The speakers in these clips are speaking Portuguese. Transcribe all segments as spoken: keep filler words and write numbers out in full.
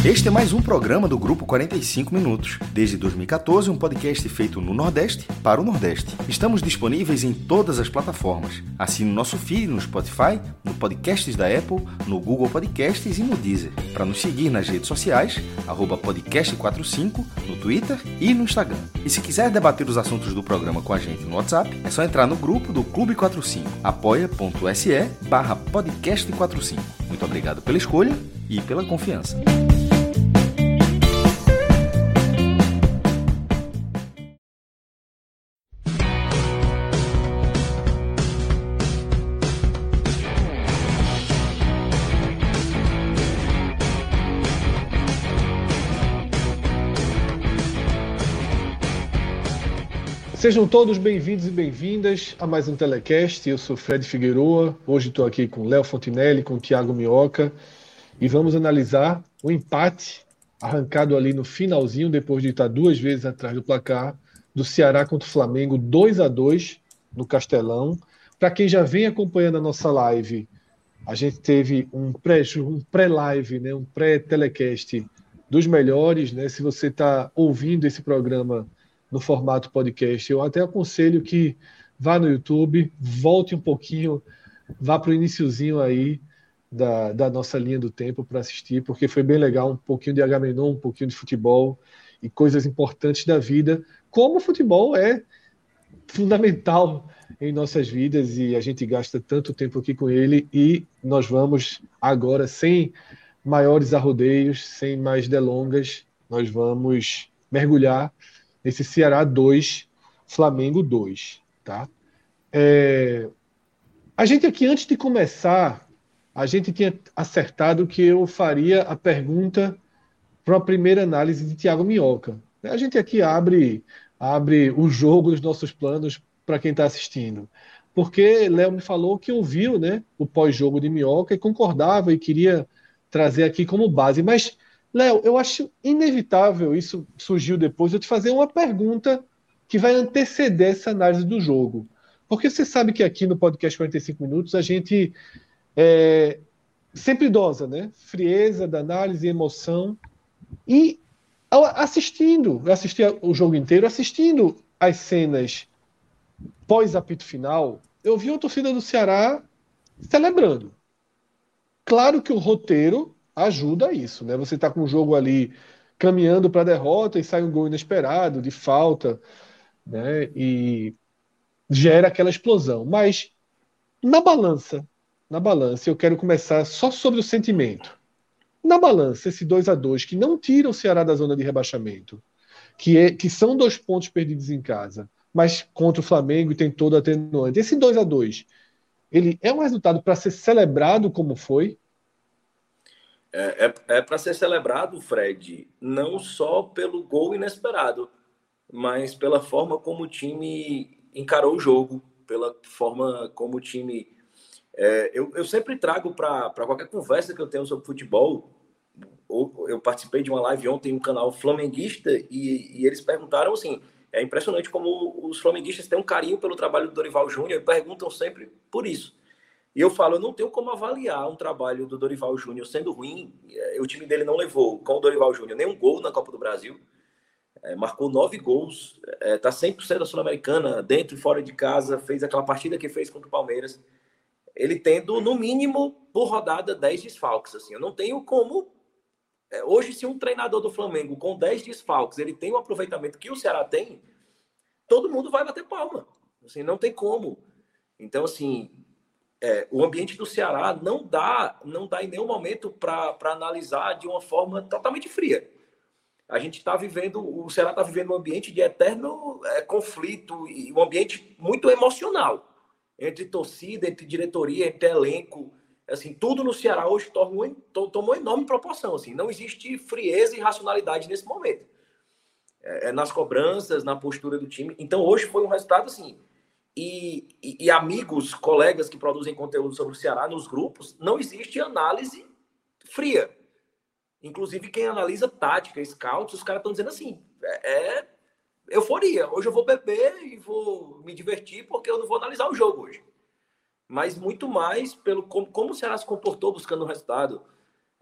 Este é mais um programa do Grupo quarenta e cinco Minutos. Desde dois mil e quatorze, um podcast feito no Nordeste para o Nordeste. Estamos disponíveis em todas as plataformas. Assine o nosso feed no Spotify, no Podcasts da Apple, no Google Podcasts e no Deezer. Para nos seguir nas redes sociais, arroba podcast quarenta e cinco, no Twitter e no Instagram. E se quiser debater os assuntos do programa com a gente no WhatsApp, é só entrar no grupo do Clube quarenta e cinco, apoia.se barra podcast quarenta e cinco. Muito obrigado pela escolha e pela confiança. Sejam todos bem-vindos e bem-vindas a mais um Telecast. Eu sou Fred Figueroa, hoje estou aqui com Léo Fontinelli, com Thiago Minhoca e vamos analisar o empate arrancado ali no finalzinho, depois de estar duas vezes atrás do placar, do Ceará contra o Flamengo, dois a dois no Castelão. Para quem já vem acompanhando a nossa live, a gente teve um pré, um pré-live, né, um pré-telecast dos melhores, né? Se você está ouvindo esse programa no formato podcast, eu até aconselho que vá no YouTube, volte um pouquinho, vá para o iniciozinho aí da, da nossa linha do tempo para assistir, porque foi bem legal, um pouquinho de Agamenon, um pouquinho de futebol e coisas importantes da vida, como o futebol é fundamental em nossas vidas e a gente gasta tanto tempo aqui com ele, e nós vamos agora, sem maiores arrodeios, sem mais delongas, nós vamos mergulhar nesse Ceará dois, Flamengo dois, tá? É... A gente aqui, antes de começar, a gente tinha acertado que eu faria a pergunta para a primeira análise de Thiago Minhoca. A gente aqui abre, abre o jogo dos nossos planos para quem está assistindo. Porque Léo me falou que ouviu, né, o pós-jogo de Minhoca e concordava e queria trazer aqui como base. Mas, Léo, eu acho inevitável, isso surgiu depois, eu te fazer uma pergunta que vai anteceder essa análise do jogo. Porque você sabe que aqui no podcast quarenta e cinco Minutos a gente é sempre dosa, né? Frieza da análise e emoção. E assistindo, eu assisti o jogo inteiro, assistindo as cenas pós-apito final, eu vi a torcida do Ceará celebrando. Claro que o roteiro ajuda a isso, né? Você está com o jogo ali caminhando para a derrota e sai um gol inesperado, de falta, né? E gera aquela explosão. Mas na balança, na balança, eu quero começar só sobre o sentimento. Na balança, esse dois a dois, que não tira o Ceará da zona de rebaixamento, que, é, que são dois pontos perdidos em casa, mas contra o Flamengo e tem todo o atenuante. Esse dois a dois, ele é um resultado para ser celebrado como foi? É, é, é para ser celebrado, Fred, não só pelo gol inesperado, mas pela forma como o time encarou o jogo, pela forma como o time... É, eu, eu sempre trago para qualquer conversa que eu tenho sobre futebol. Eu participei de uma live ontem em um canal flamenguista e, e eles perguntaram assim, é impressionante como os flamenguistas têm um carinho pelo trabalho do Dorival Júnior e perguntam sempre por isso. E eu falo, eu não tenho como avaliar um trabalho do Dorival Júnior sendo ruim. O time dele não levou, com o Dorival Júnior, nenhum gol na Copa do Brasil. É, marcou nove gols, está é, cem por cento da Sul-Americana, dentro e fora de casa, fez aquela partida que fez contra o Palmeiras. Ele tendo, no mínimo, por rodada, dez desfalques. Assim, eu não tenho como... É, hoje, se um treinador do Flamengo com dez desfalques, ele tem o aproveitamento que o Ceará tem, todo mundo vai bater palma. Assim, não tem como. Então, assim... É, o ambiente do Ceará não dá, não dá em nenhum momento para analisar de uma forma totalmente fria. A gente está vivendo, o Ceará está vivendo um ambiente de eterno é, conflito e um ambiente muito emocional entre torcida, entre diretoria, entre elenco. Assim, tudo no Ceará hoje tomou, tomou enorme proporção. Assim, não existe frieza e racionalidade nesse momento. É, é nas cobranças, na postura do time. Então, hoje foi um resultado assim. E, e, e amigos, colegas que produzem conteúdo sobre o Ceará nos grupos, não existe análise fria. Inclusive, quem analisa tática, scouts, os caras estão dizendo assim, é, é euforia. Hoje eu vou beber e vou me divertir porque eu não vou analisar o jogo hoje. Mas muito mais pelo como, como o Ceará se comportou buscando o resultado.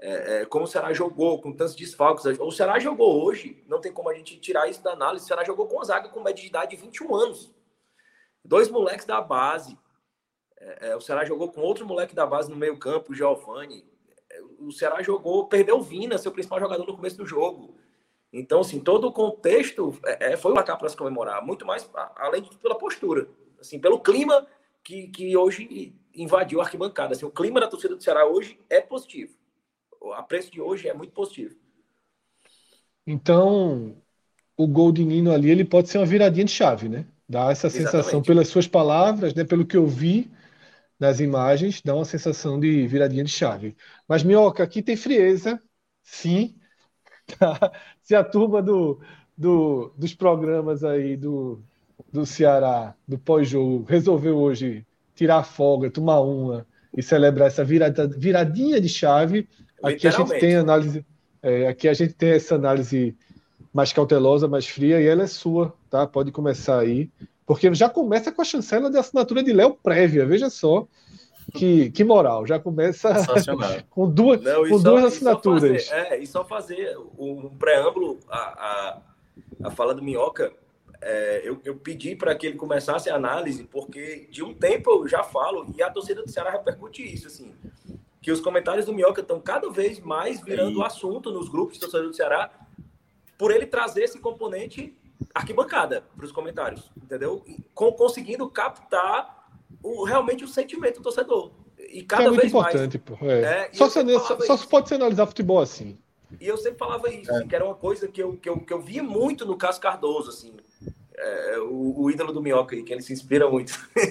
é, é, como o Ceará jogou, com tantos desfalques. O Ceará jogou hoje, não tem como a gente tirar isso da análise, o Ceará jogou com uma zaga com média de idade de vinte e um anos. Dois moleques da base. É, é, o Ceará jogou com outro moleque da base no meio campo, o Giovani. É, o Ceará jogou, perdeu o Vina, seu principal jogador no começo do jogo. Então, assim, todo o contexto é, foi um placar para se comemorar, muito mais, além de pela postura, assim, pelo clima que, que hoje invadiu a arquibancada. Assim, o clima da torcida do Ceará hoje é positivo. A preço de hoje é muito positivo. Então, o gol de Nino ali, ele pode ser uma viradinha de chave, né? Dá essa sensação, Exatamente. pelas suas palavras, né? Pelo que eu vi nas imagens, dá uma sensação de viradinha de chave. Mas, Minhoca, aqui tem frieza, sim. Tá? Se a turma do, do, dos programas aí do, do Ceará, do pós-jogo, resolveu hoje tirar folga, tomar uma e celebrar essa virada, viradinha de chave, aqui a gente tem Literalmente. análise, é, aqui a gente tem essa análise mais cautelosa, mais fria, e ela é sua, tá? Pode começar aí, porque já começa com a chancela de assinatura de Léo prévia, veja só que, que moral, já começa com duas, Não, com e duas só, assinaturas. E só fazer, é, e só fazer um preâmbulo à, à, à fala do Minhoca. É, eu, eu pedi para que ele começasse a análise, porque de um tempo eu já falo, e a torcida do Ceará repercute isso, assim, que os comentários do Minhoca estão cada vez mais virando Aí. assunto nos grupos de torcedores do Ceará, por ele trazer esse componente arquibancada para os comentários, entendeu? Com, conseguindo captar o, realmente o sentimento do torcedor. E cada é muito vez importante, mais. pô. É. É, só se, só, só se pode se analisar futebol assim. E eu sempre falava isso, é. assim, que era uma coisa que eu, que eu, que eu via muito no Cássio Cardoso, assim, é, o, o ídolo do Minhoca, que ele se inspira muito.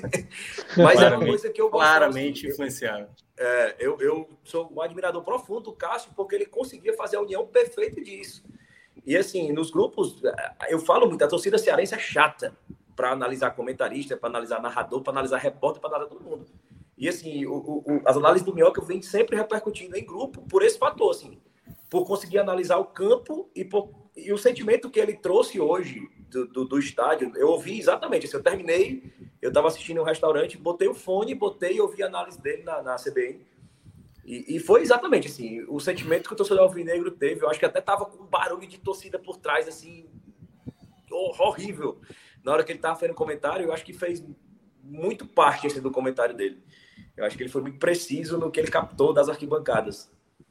Mas claramente, é uma coisa que eu gostava, claramente assim, influenciado. É, eu, eu sou um admirador profundo do Cássio, porque ele conseguia fazer a união perfeita disso. E assim, nos grupos, eu falo muito, a torcida cearense é chata para analisar comentarista, para analisar narrador, para analisar repórter, para analisar todo mundo. E assim, o, o, as análises do Minhoca vêm sempre repercutindo em grupo por esse fator, assim, por conseguir analisar o campo e, por, e o sentimento que ele trouxe hoje do, do, do estádio. Eu ouvi exatamente, assim, eu terminei, eu estava assistindo em um restaurante, botei o fone, botei e ouvi a análise dele na, na C B N. E, e foi exatamente assim, o sentimento que o torcedor alvinegro teve. Eu acho que até tava com um barulho de torcida por trás, assim, horrível. Na hora que ele tava fazendo comentário, eu acho que fez muito parte assim, do comentário dele. Eu acho que ele foi muito preciso no que ele captou das arquibancadas.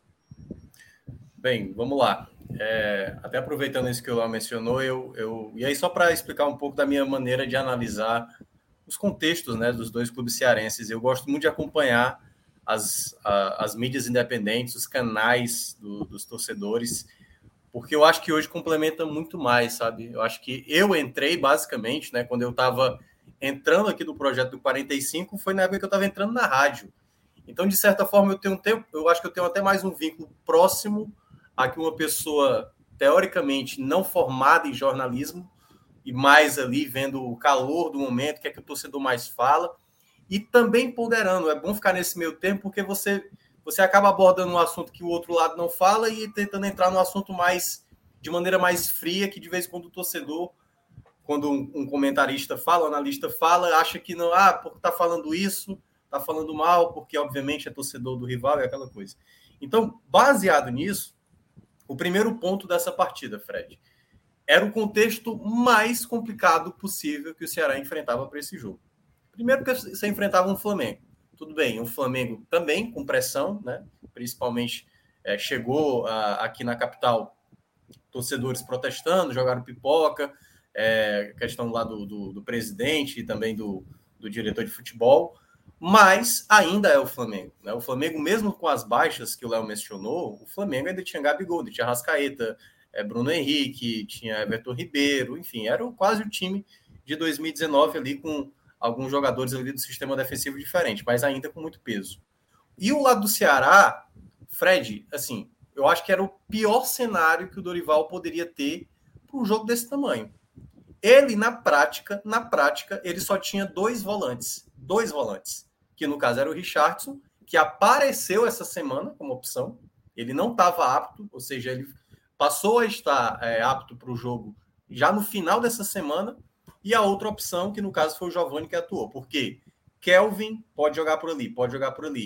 Bem, vamos lá. É, até aproveitando isso que o Léo mencionou, eu, eu, e aí só para explicar um pouco da minha maneira de analisar os contextos, né, dos dois clubes cearenses, eu gosto muito de acompanhar As, a, as mídias independentes, os canais do, dos torcedores, porque eu acho que hoje complementa muito mais, sabe? Eu acho que eu entrei, basicamente, né, quando eu estava entrando aqui do projeto do quarenta e cinco, foi na época que eu estava entrando na rádio. Então, de certa forma, eu tenho um tempo, eu acho que eu tenho até mais um vínculo próximo a que uma pessoa, teoricamente, não formada em jornalismo, e mais ali vendo o calor do momento, o que é que o torcedor mais fala, e também ponderando. É bom ficar nesse meio tempo, porque você, você acaba abordando um assunto que o outro lado não fala e tentando entrar no assunto mais, de maneira mais fria, que de vez em quando o torcedor, quando um, um comentarista fala, um analista fala, acha que não, ah, porque tá falando isso, tá falando mal, porque obviamente é torcedor do rival e aquela coisa. Então, baseado nisso, o primeiro ponto dessa partida, Fred, era o contexto mais complicado possível que o Ceará enfrentava para esse jogo. Primeiro que você enfrentava um Flamengo. Tudo bem, um Flamengo também com pressão, né? Principalmente é, chegou a, aqui na capital torcedores protestando, jogaram pipoca, é, questão lá do, do, do presidente e também do, do diretor de futebol, mas ainda é o Flamengo, né? O Flamengo, mesmo com as baixas que o Léo mencionou, o Flamengo ainda tinha Gabigol, tinha Arrascaeta, é, Bruno Henrique, tinha Everton Ribeiro, enfim, era quase o time de dois mil e dezenove ali com alguns jogadores ali do sistema defensivo diferente, mas ainda com muito peso. E o lado do Ceará, Fred, assim, eu acho que era o pior cenário que o Dorival poderia ter para um jogo desse tamanho. Ele, na prática, na prática, ele só tinha dois volantes. Dois volantes. Que, no caso, era o Richarlison, que apareceu essa semana como opção. Ele não estava apto, ou seja, ele passou a estar é, apto para o jogo já no final dessa semana. E a outra opção, que no caso foi o Giovani que atuou. Por quê? Kelvin pode jogar por ali, pode jogar por ali.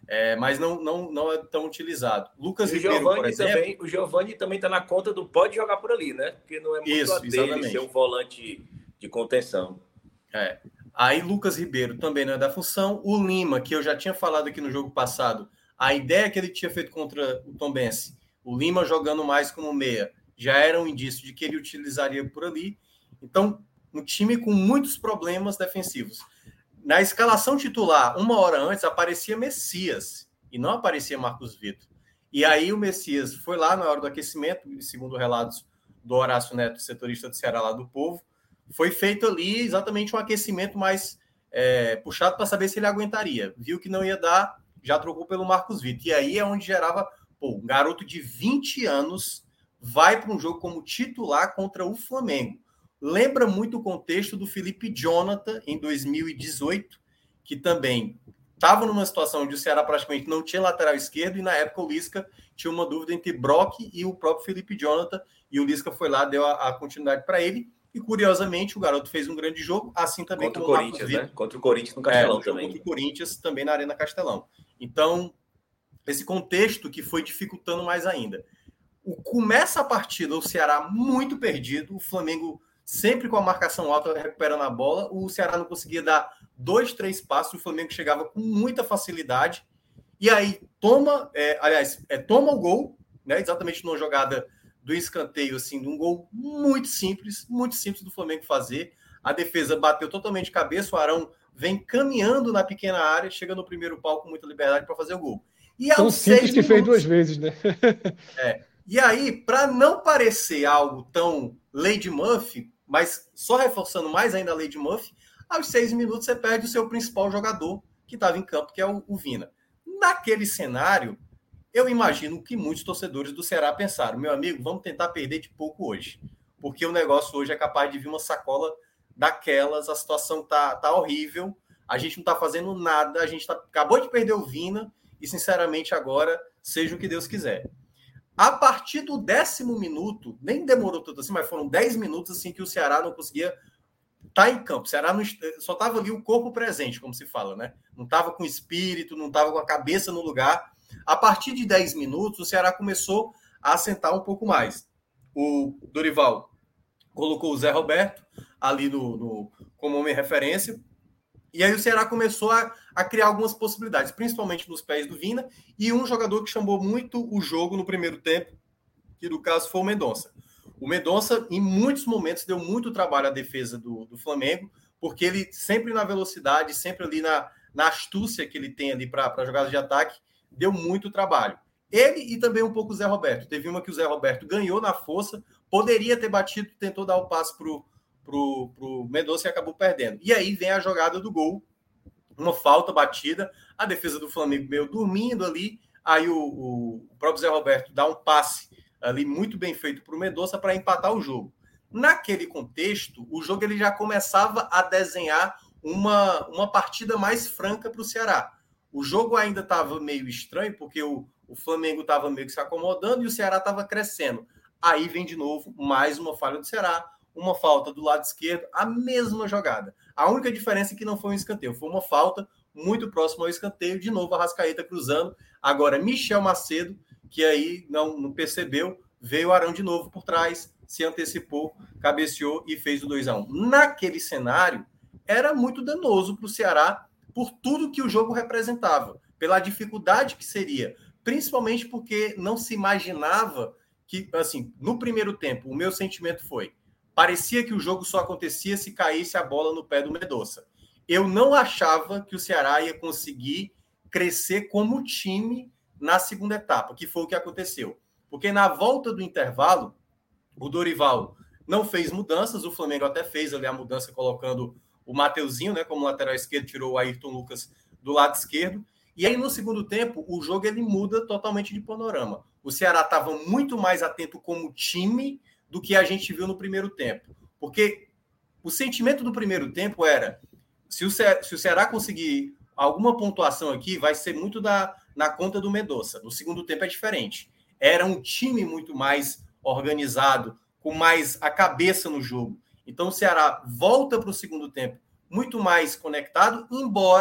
é, mas não, não, não é tão utilizado. Lucas e Ribeiro, o Giovani por exemplo... Também, o Giovani também está na conta do pode jogar por ali, né? Porque não é muito Isso, a dele exatamente. ser um volante de contenção. É. Aí Lucas Ribeiro também não é da função. O Lima, que eu já tinha falado aqui no jogo passado, a ideia que ele tinha feito contra o Tombense, o Lima jogando mais como meia, já era um indício de que ele utilizaria por ali. Então, um time com muitos problemas defensivos. Na escalação titular, uma hora antes, aparecia Messias e não aparecia Marcos Vitor. E aí o Messias foi lá na hora do aquecimento, segundo relatos do Horácio Neto, setorista do Ceará lá do Povo, foi feito ali exatamente um aquecimento mais é, puxado para saber se ele aguentaria. Viu que não ia dar, já trocou pelo Marcos Vitor. E aí é onde gerava, pô, um garoto de vinte anos vai para um jogo como titular contra o Flamengo. Lembra muito o contexto do Felipe Jonathan em dois mil e dezoito, que também estava numa situação onde o Ceará praticamente não tinha lateral esquerdo, e na época o Lisca tinha uma dúvida entre Brock e o próprio Felipe Jonathan, e o Lisca foi lá, deu a, a continuidade para ele, e curiosamente o garoto fez um grande jogo, assim também contra como o Corinthians, Vitor, né? Contra o Corinthians no Castelão é, também. Contra o Corinthians também na Arena Castelão. Então, esse contexto que foi dificultando mais ainda. O, começa a partida, o Ceará muito perdido, o Flamengo sempre com a marcação alta, recuperando a bola, o Ceará não conseguia dar dois, três passos, o Flamengo chegava com muita facilidade, e aí toma, é, aliás, é, toma o gol, né, exatamente numa jogada do escanteio, assim, de um gol muito simples, muito simples do Flamengo fazer, a defesa bateu totalmente de cabeça, o Arão vem caminhando na pequena área, chega no primeiro pau com muita liberdade para fazer o gol. E Tão simples que minutos, fez duas vezes, né? é, e aí, para não parecer algo tão Lady Murphy, mas só reforçando mais ainda a Lady Murphy, aos seis minutos você perde o seu principal jogador que estava em campo, que é o, o Vina. Naquele cenário, eu imagino que muitos torcedores do Ceará pensaram, meu amigo, vamos tentar perder de pouco hoje, porque o negócio hoje é capaz de vir uma sacola daquelas, a situação tá, tá horrível, a gente não está fazendo nada, a gente tá, acabou de perder o Vina, e sinceramente agora, seja o que Deus quiser. A partir do décimo minuto, nem demorou tanto assim, mas foram dez minutos assim que o Ceará não conseguia estar em campo. O Ceará não, só estava ali o corpo presente, como se fala, né? Não estava com espírito, não estava com a cabeça no lugar. A partir de dez minutos, o Ceará começou a assentar um pouco mais. O Dorival colocou o Zé Roberto ali no, no, como homem referência. E aí o Ceará começou a, a criar algumas possibilidades, principalmente nos pés do Vina, e um jogador que chamou muito o jogo no primeiro tempo, que no caso foi o Mendonça. O Mendonça, em muitos momentos, deu muito trabalho à defesa do, do Flamengo, porque ele sempre na velocidade, sempre ali na, na astúcia que ele tem ali para jogadas de ataque, deu muito trabalho. Ele e também um pouco o Zé Roberto. Teve uma que o Zé Roberto ganhou na força, poderia ter batido, tentou dar o passe para o pro, pro Mendonça e acabou perdendo. E aí vem a jogada do gol, uma falta batida, a defesa do Flamengo meio dormindo ali, aí o, o próprio Zé Roberto dá um passe ali muito bem feito para o Mendonça para empatar o jogo. Naquele contexto, o jogo ele já começava a desenhar uma, uma partida mais franca para o Ceará. O jogo ainda estava meio estranho, porque o, o Flamengo estava meio que se acomodando e o Ceará estava crescendo. Aí vem de novo mais uma falha do Ceará, uma falta do lado esquerdo, a mesma jogada. A única diferença é que não foi um escanteio, foi uma falta muito próxima ao escanteio, de novo a Arrascaeta cruzando. Agora Michel Macedo, que aí não, não percebeu, veio o Arão de novo por trás, se antecipou, cabeceou e fez o dois a um. Naquele cenário, era muito danoso para o Ceará por tudo que o jogo representava, pela dificuldade que seria, principalmente porque não se imaginava que, assim, no primeiro tempo, o meu sentimento foi, parecia que o jogo só acontecia se caísse a bola no pé do Mendonça. Eu não achava que o Ceará ia conseguir crescer como time na segunda etapa, que foi o que aconteceu. Porque na volta do intervalo, o Dorival não fez mudanças, o Flamengo até fez ali a mudança colocando o Mateuzinho, né, como lateral esquerdo, tirou o Ayrton Lucas do lado esquerdo. E aí no segundo tempo, o jogo ele muda totalmente de panorama. O Ceará estava muito mais atento como time do que a gente viu no primeiro tempo. Porque o sentimento do primeiro tempo era, se o Ceará, se o Ceará conseguir alguma pontuação aqui, vai ser muito da, na conta do Mendonça. No segundo tempo é diferente. Era um time muito mais organizado, com mais a cabeça no jogo. Então o Ceará volta para o segundo tempo muito mais conectado, embora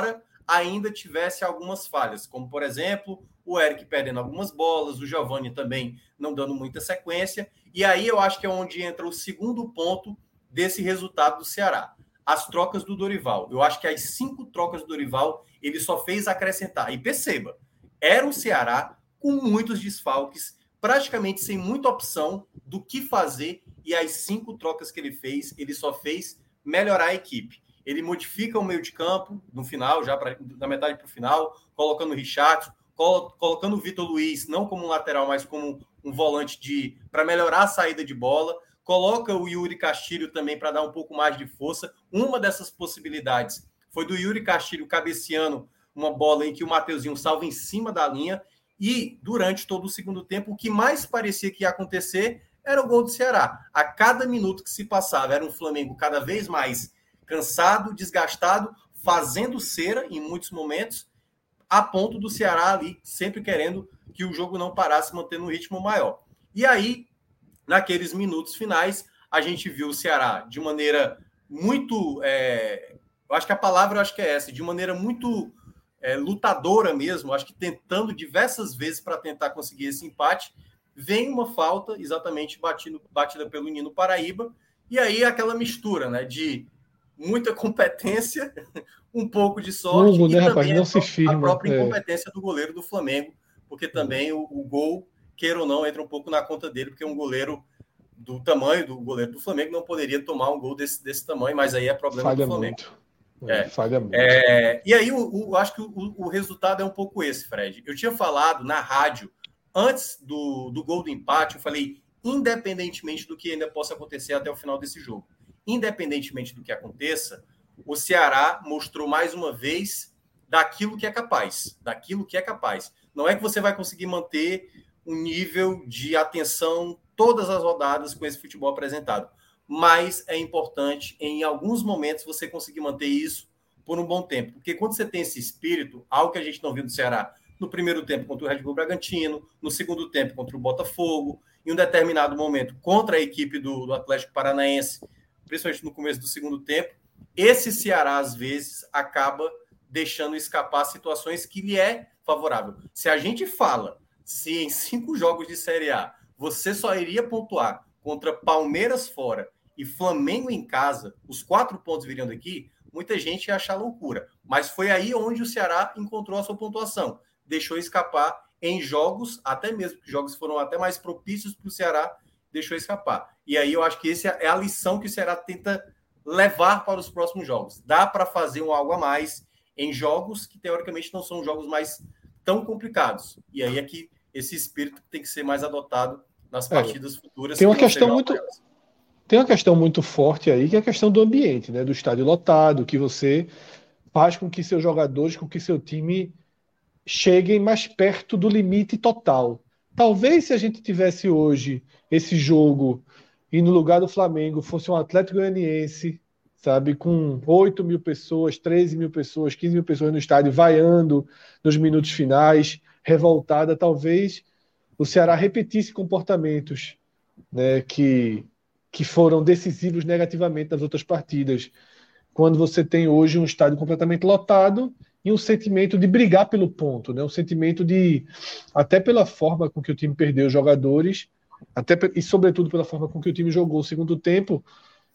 ainda tivesse algumas falhas, como, por exemplo, o Eric perdendo algumas bolas, o Giovani também não dando muita sequência. E aí eu acho que é onde entra o segundo ponto desse resultado do Ceará. As trocas do Dorival. Eu acho que as cinco trocas do Dorival ele só fez acrescentar. E perceba, era o Ceará com muitos desfalques, praticamente sem muita opção do que fazer, e as cinco trocas que ele fez, ele só fez melhorar a equipe. Ele modifica o meio de campo no final, já pra, da metade para o final, colocando o Richardson, colo, colocando o Vitor Luiz, não como um lateral, mas como um volante de para melhorar a saída de bola. Coloca o Yuri Castilho também para dar um pouco mais de força. Uma dessas possibilidades foi do Yuri Castilho cabeceando uma bola em que o Mateuzinho salva em cima da linha. E durante todo o segundo tempo, o que mais parecia que ia acontecer era o gol do Ceará. A cada minuto que se passava, era um Flamengo cada vez mais cansado, desgastado, fazendo cera em muitos momentos, a ponto do Ceará ali sempre querendo que o jogo não parasse, mantendo um ritmo maior. E aí, naqueles minutos finais, a gente viu o Ceará de maneira muito... É, eu acho que a palavra eu acho que é essa, de maneira muito é, lutadora mesmo, acho que tentando diversas vezes para tentar conseguir esse empate. Vem uma falta, exatamente batido, batida pelo Nino Paraíba, e aí aquela mistura, né, de muita competência, um pouco de sorte, Hugo, e né, também rapaz, não a, se firma, a própria é. incompetência do goleiro do Flamengo, porque também o, o gol, queira ou não, entra um pouco na conta dele, porque um goleiro do tamanho do goleiro do Flamengo não poderia tomar um gol desse, desse tamanho, mas aí é problema Falha do Flamengo. muito. É, É. Falha muito. É, e aí, eu, eu acho que o, o resultado é um pouco esse, Fred. Eu tinha falado na rádio, antes do, do gol do empate, eu falei, independentemente do que ainda possa acontecer até o final desse jogo, independentemente do que aconteça, o Ceará mostrou mais uma vez daquilo que é capaz, daquilo que é capaz. Não é que você vai conseguir manter um nível de atenção todas as rodadas com esse futebol apresentado, mas é importante, em alguns momentos, você conseguir manter isso por um bom tempo. Porque quando você tem esse espírito, algo que a gente não viu do Ceará no primeiro tempo contra o Red Bull Bragantino, no segundo tempo contra o Botafogo, em um determinado momento contra a equipe do, do Atlético Paranaense, principalmente no começo do segundo tempo, esse Ceará, às vezes, acaba deixando escapar situações que lhe é favorável. Se a gente fala, se em cinco jogos de Série A você só iria pontuar contra Palmeiras fora e Flamengo em casa, os quatro pontos viriam daqui, muita gente ia achar loucura. Mas foi aí onde o Ceará encontrou a sua pontuação. Deixou escapar em jogos, até mesmo que jogos foram até mais propícios para o Ceará, deixou escapar. E aí eu acho que essa é a lição que o Ceará tenta levar para os próximos jogos. Dá para fazer um algo a mais em jogos que, teoricamente, não são jogos mais tão complicados. E aí é que esse espírito tem que ser mais adotado nas partidas é, futuras. Tem uma questão muito... Tem uma questão muito forte aí, que é a questão do ambiente, né? Do estádio lotado, que você faz com que seus jogadores, com que seu time cheguem mais perto do limite total. Talvez se a gente tivesse hoje esse jogo e no lugar do Flamengo fosse um Atlético Goianiense, sabe, com oito mil pessoas, treze mil pessoas, quinze mil pessoas no estádio, vaiando nos minutos finais, revoltada, talvez o Ceará repetisse comportamentos, né, que, que foram decisivos negativamente nas outras partidas. Quando você tem hoje um estádio completamente lotado e um sentimento de brigar pelo ponto, né? Um sentimento de, até pela forma com que o time perdeu os jogadores, até, e sobretudo pela forma com que o time jogou o segundo tempo,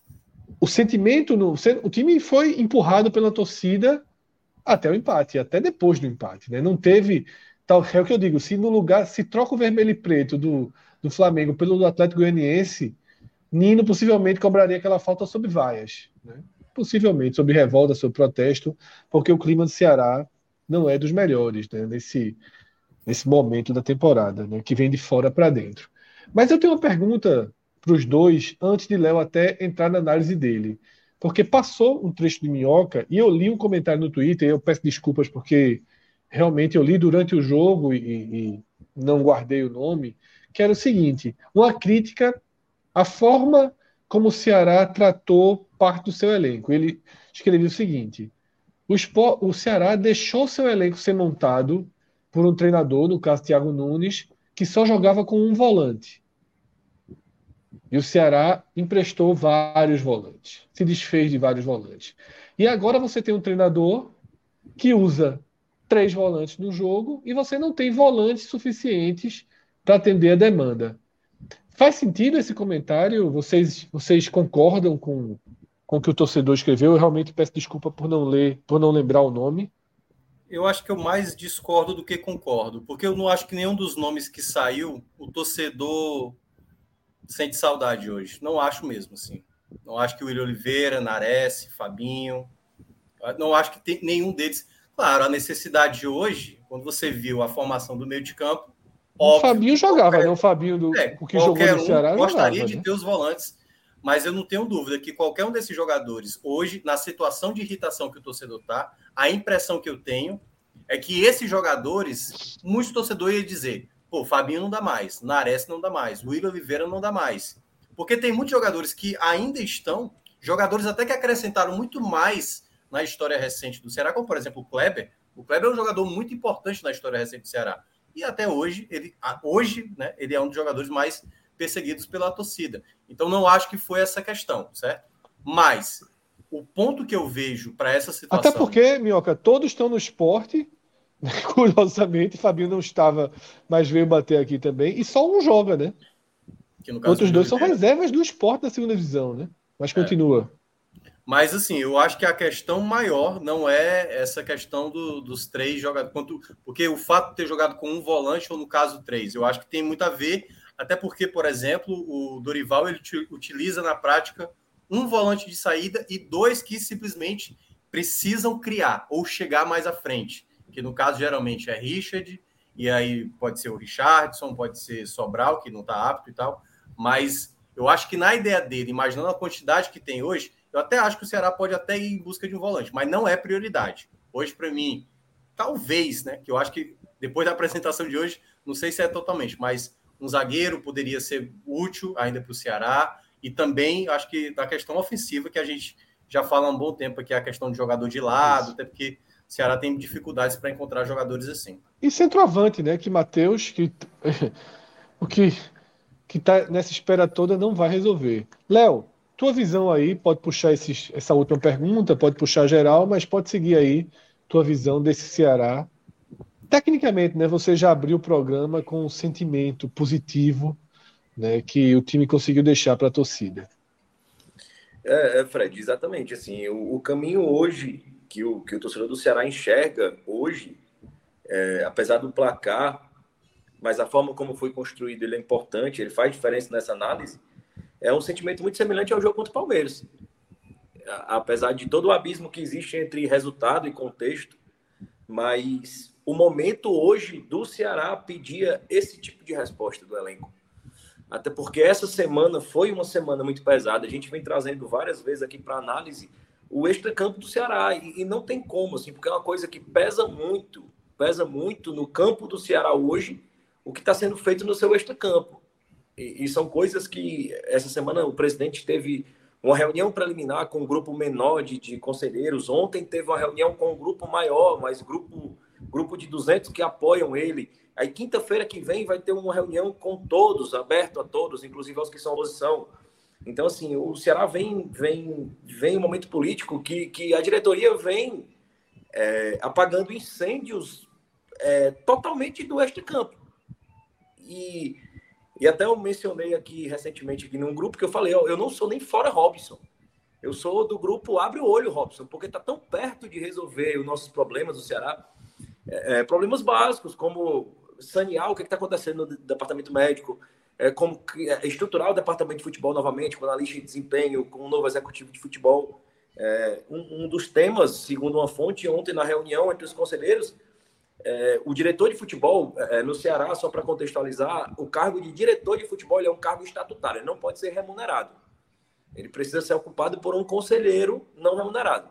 o sentimento, no, o time foi empurrado pela torcida até o empate, até depois do empate, né? Não teve, tal, é o que eu digo, se no lugar, se troca o vermelho e preto do, do Flamengo pelo do Atlético Goianiense, Nino possivelmente cobraria aquela falta sob vaias, né? Possivelmente sob revolta, sob protesto, porque o clima do Ceará não é dos melhores, né, nesse, nesse momento da temporada, né, que vem de fora para dentro. Mas eu tenho uma pergunta para os dois, antes de Léo até entrar na análise dele. Porque passou um trecho de Minhoca e eu li um comentário no Twitter, eu peço desculpas porque realmente eu li durante o jogo e, e não guardei o nome, que era o seguinte, uma crítica à forma como o Ceará tratou parte do seu elenco. Ele escreveu o seguinte: o, Sport, o Ceará deixou seu elenco ser montado por um treinador, no caso Thiago Nunes, que só jogava com um volante. E o Ceará emprestou vários volantes, se desfez de vários volantes. E agora você tem um treinador que usa três volantes no jogo e você não tem volantes suficientes para atender a demanda. Faz sentido esse comentário? Vocês, vocês concordam com, com o que o torcedor escreveu? Eu realmente peço desculpa por não ler, por não lembrar o nome. Eu acho que eu mais discordo do que concordo, porque eu não acho que nenhum dos nomes que saiu, o torcedor sente saudade hoje. Não acho mesmo, assim. Não acho que o William Oliveira, Nares, Fabinho, não acho que tem nenhum deles. Claro, a necessidade de hoje, quando você viu a formação do meio de campo, o Fabinho jogava, qualquer, né? O Fabinho do é, o que jogou no Ceará gostaria jogava, de né? ter os volantes, mas eu não tenho dúvida que qualquer um desses jogadores, hoje, na situação de irritação que o torcedor está, a impressão que eu tenho é que esses jogadores, muitos torcedores iam dizer, pô, Fabinho não dá mais, Nares não dá mais, William Oliveira não dá mais. Porque tem muitos jogadores que ainda estão, jogadores até que acrescentaram muito mais na história recente do Ceará, como, por exemplo, o Kleber. O Kleber é um jogador muito importante na história recente do Ceará. E até hoje, ele, hoje, né, ele é um dos jogadores mais perseguidos pela torcida. Então, não acho que foi essa questão, certo? Mas o ponto que eu vejo para essa situação... Até porque, Minhoca, todos estão no esporte, curiosamente, Fabinho não estava, mas veio bater aqui também, e só um joga, né? Que no caso Outros dois são Oliveira. reservas do esporte da segunda divisão, né? Mas continua. É. Mas, assim, eu acho que a questão maior não é essa questão do, dos três jogadores, porque o fato de ter jogado com um volante, ou no caso três, eu acho que tem muito a ver, até porque, por exemplo, o Dorival ele utiliza na prática um volante de saída e dois que simplesmente precisam criar ou chegar mais à frente, que no caso geralmente é Richard, e aí pode ser o Richardson, pode ser Sobral, que não está apto e tal, mas eu acho que na ideia dele, imaginando a quantidade que tem hoje, eu até acho que o Ceará pode até ir em busca de um volante, mas não é prioridade. Hoje, para mim, talvez, né? Que eu acho que depois da apresentação de hoje, não sei se é totalmente, mas um zagueiro poderia ser útil ainda para o Ceará. E também acho que da questão ofensiva, que a gente já fala há um bom tempo, que é a questão de jogador de lado, Isso. até porque o Ceará tem dificuldades para encontrar jogadores assim. E centroavante, né? Que Matheus, que o que que está nessa espera toda, não vai resolver. Léo, tua visão aí, pode puxar esses, essa última pergunta, pode puxar geral, mas pode seguir aí tua visão desse Ceará. Tecnicamente, né, você já abriu o programa com um sentimento positivo, né, que o time conseguiu deixar para a torcida. É, é, Fred, exatamente. Assim, o, o caminho hoje que o, que o torcedor do Ceará enxerga hoje, é, apesar do placar, mas a forma como foi construído ele é importante, ele faz diferença nessa análise, é um sentimento muito semelhante ao jogo contra o Palmeiras. Apesar de todo o abismo que existe entre resultado e contexto, mas o momento hoje do Ceará pedia esse tipo de resposta do elenco. Até porque essa semana foi uma semana muito pesada. A gente vem trazendo várias vezes aqui para análise o extracampo do Ceará. E, e não tem como, assim, porque é uma coisa que pesa muito, pesa muito no campo do Ceará hoje, o que está sendo feito no seu extracampo. E, e são coisas que essa semana o presidente teve uma reunião preliminar com um grupo menor de, de conselheiros. Ontem teve uma reunião com um grupo maior, mas grupo, grupo de duzentos que apoiam ele. Aí, quinta-feira que vem, vai ter uma reunião com todos, aberto a todos, inclusive aos que são oposição. Então, assim, o Ceará vem, vem, vem um momento político que, que a diretoria vem é, apagando incêndios é, totalmente do extracampo. E, e até eu mencionei aqui recentemente, aqui num grupo, que eu falei, ó, eu não sou nem fora Robson. Eu sou do grupo Abre o Olho, Robson, porque está tão perto de resolver os nossos problemas do Ceará. É, problemas básicos, como sanear o que está acontecendo no departamento médico, é, como estruturar o departamento de futebol novamente, com analista de desempenho, com um novo executivo de futebol. É, um, um dos temas, segundo uma fonte, ontem na reunião entre os conselheiros, é, o diretor de futebol é, no Ceará, só para contextualizar, o cargo de diretor de futebol ele é um cargo estatutário, ele não pode ser remunerado. Ele precisa ser ocupado por um conselheiro não remunerado.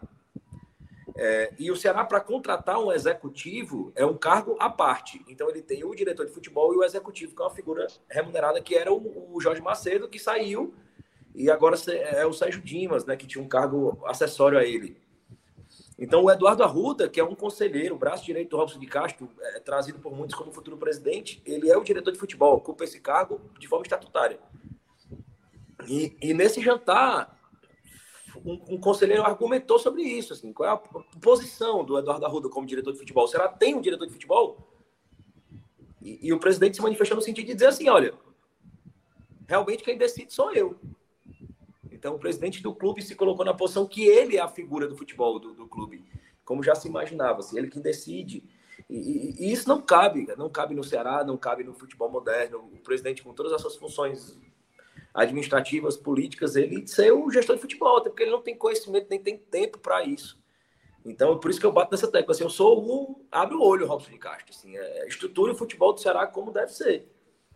É, e o Ceará, para contratar um executivo, é um cargo à parte. Então, ele tem o diretor de futebol e o executivo, que é uma figura remunerada, que era o, o Jorge Macedo, que saiu, e agora é o Sérgio Dimas, né, que tinha um cargo acessório a ele. Então, o Eduardo Arruda, que é um conselheiro, o braço direito do Robson de Castro, é, trazido por muitos como futuro presidente, ele é o diretor de futebol, ocupa esse cargo de forma estatutária. E, e nesse jantar... um, um conselheiro argumentou sobre isso, assim, qual é a posição do Eduardo Arruda como diretor de futebol? Será que tem um diretor de futebol? E, e o presidente se manifestou no sentido de dizer assim, olha, realmente quem decide sou eu. Então o presidente do clube se colocou na posição que ele é a figura do futebol do, do clube, como já se imaginava, assim, ele quem decide. E, e, e isso não cabe, não cabe no Ceará, não cabe no futebol moderno. O presidente, com todas as suas funções administrativas, políticas, ele ser o gestor de futebol, até porque ele não tem conhecimento, nem tem tempo para isso. Então, por isso que eu bato nessa tecla. Assim, eu sou um... Abre o olho, Robson de Castro. Assim, é, estrutura o futebol do Ceará como deve ser.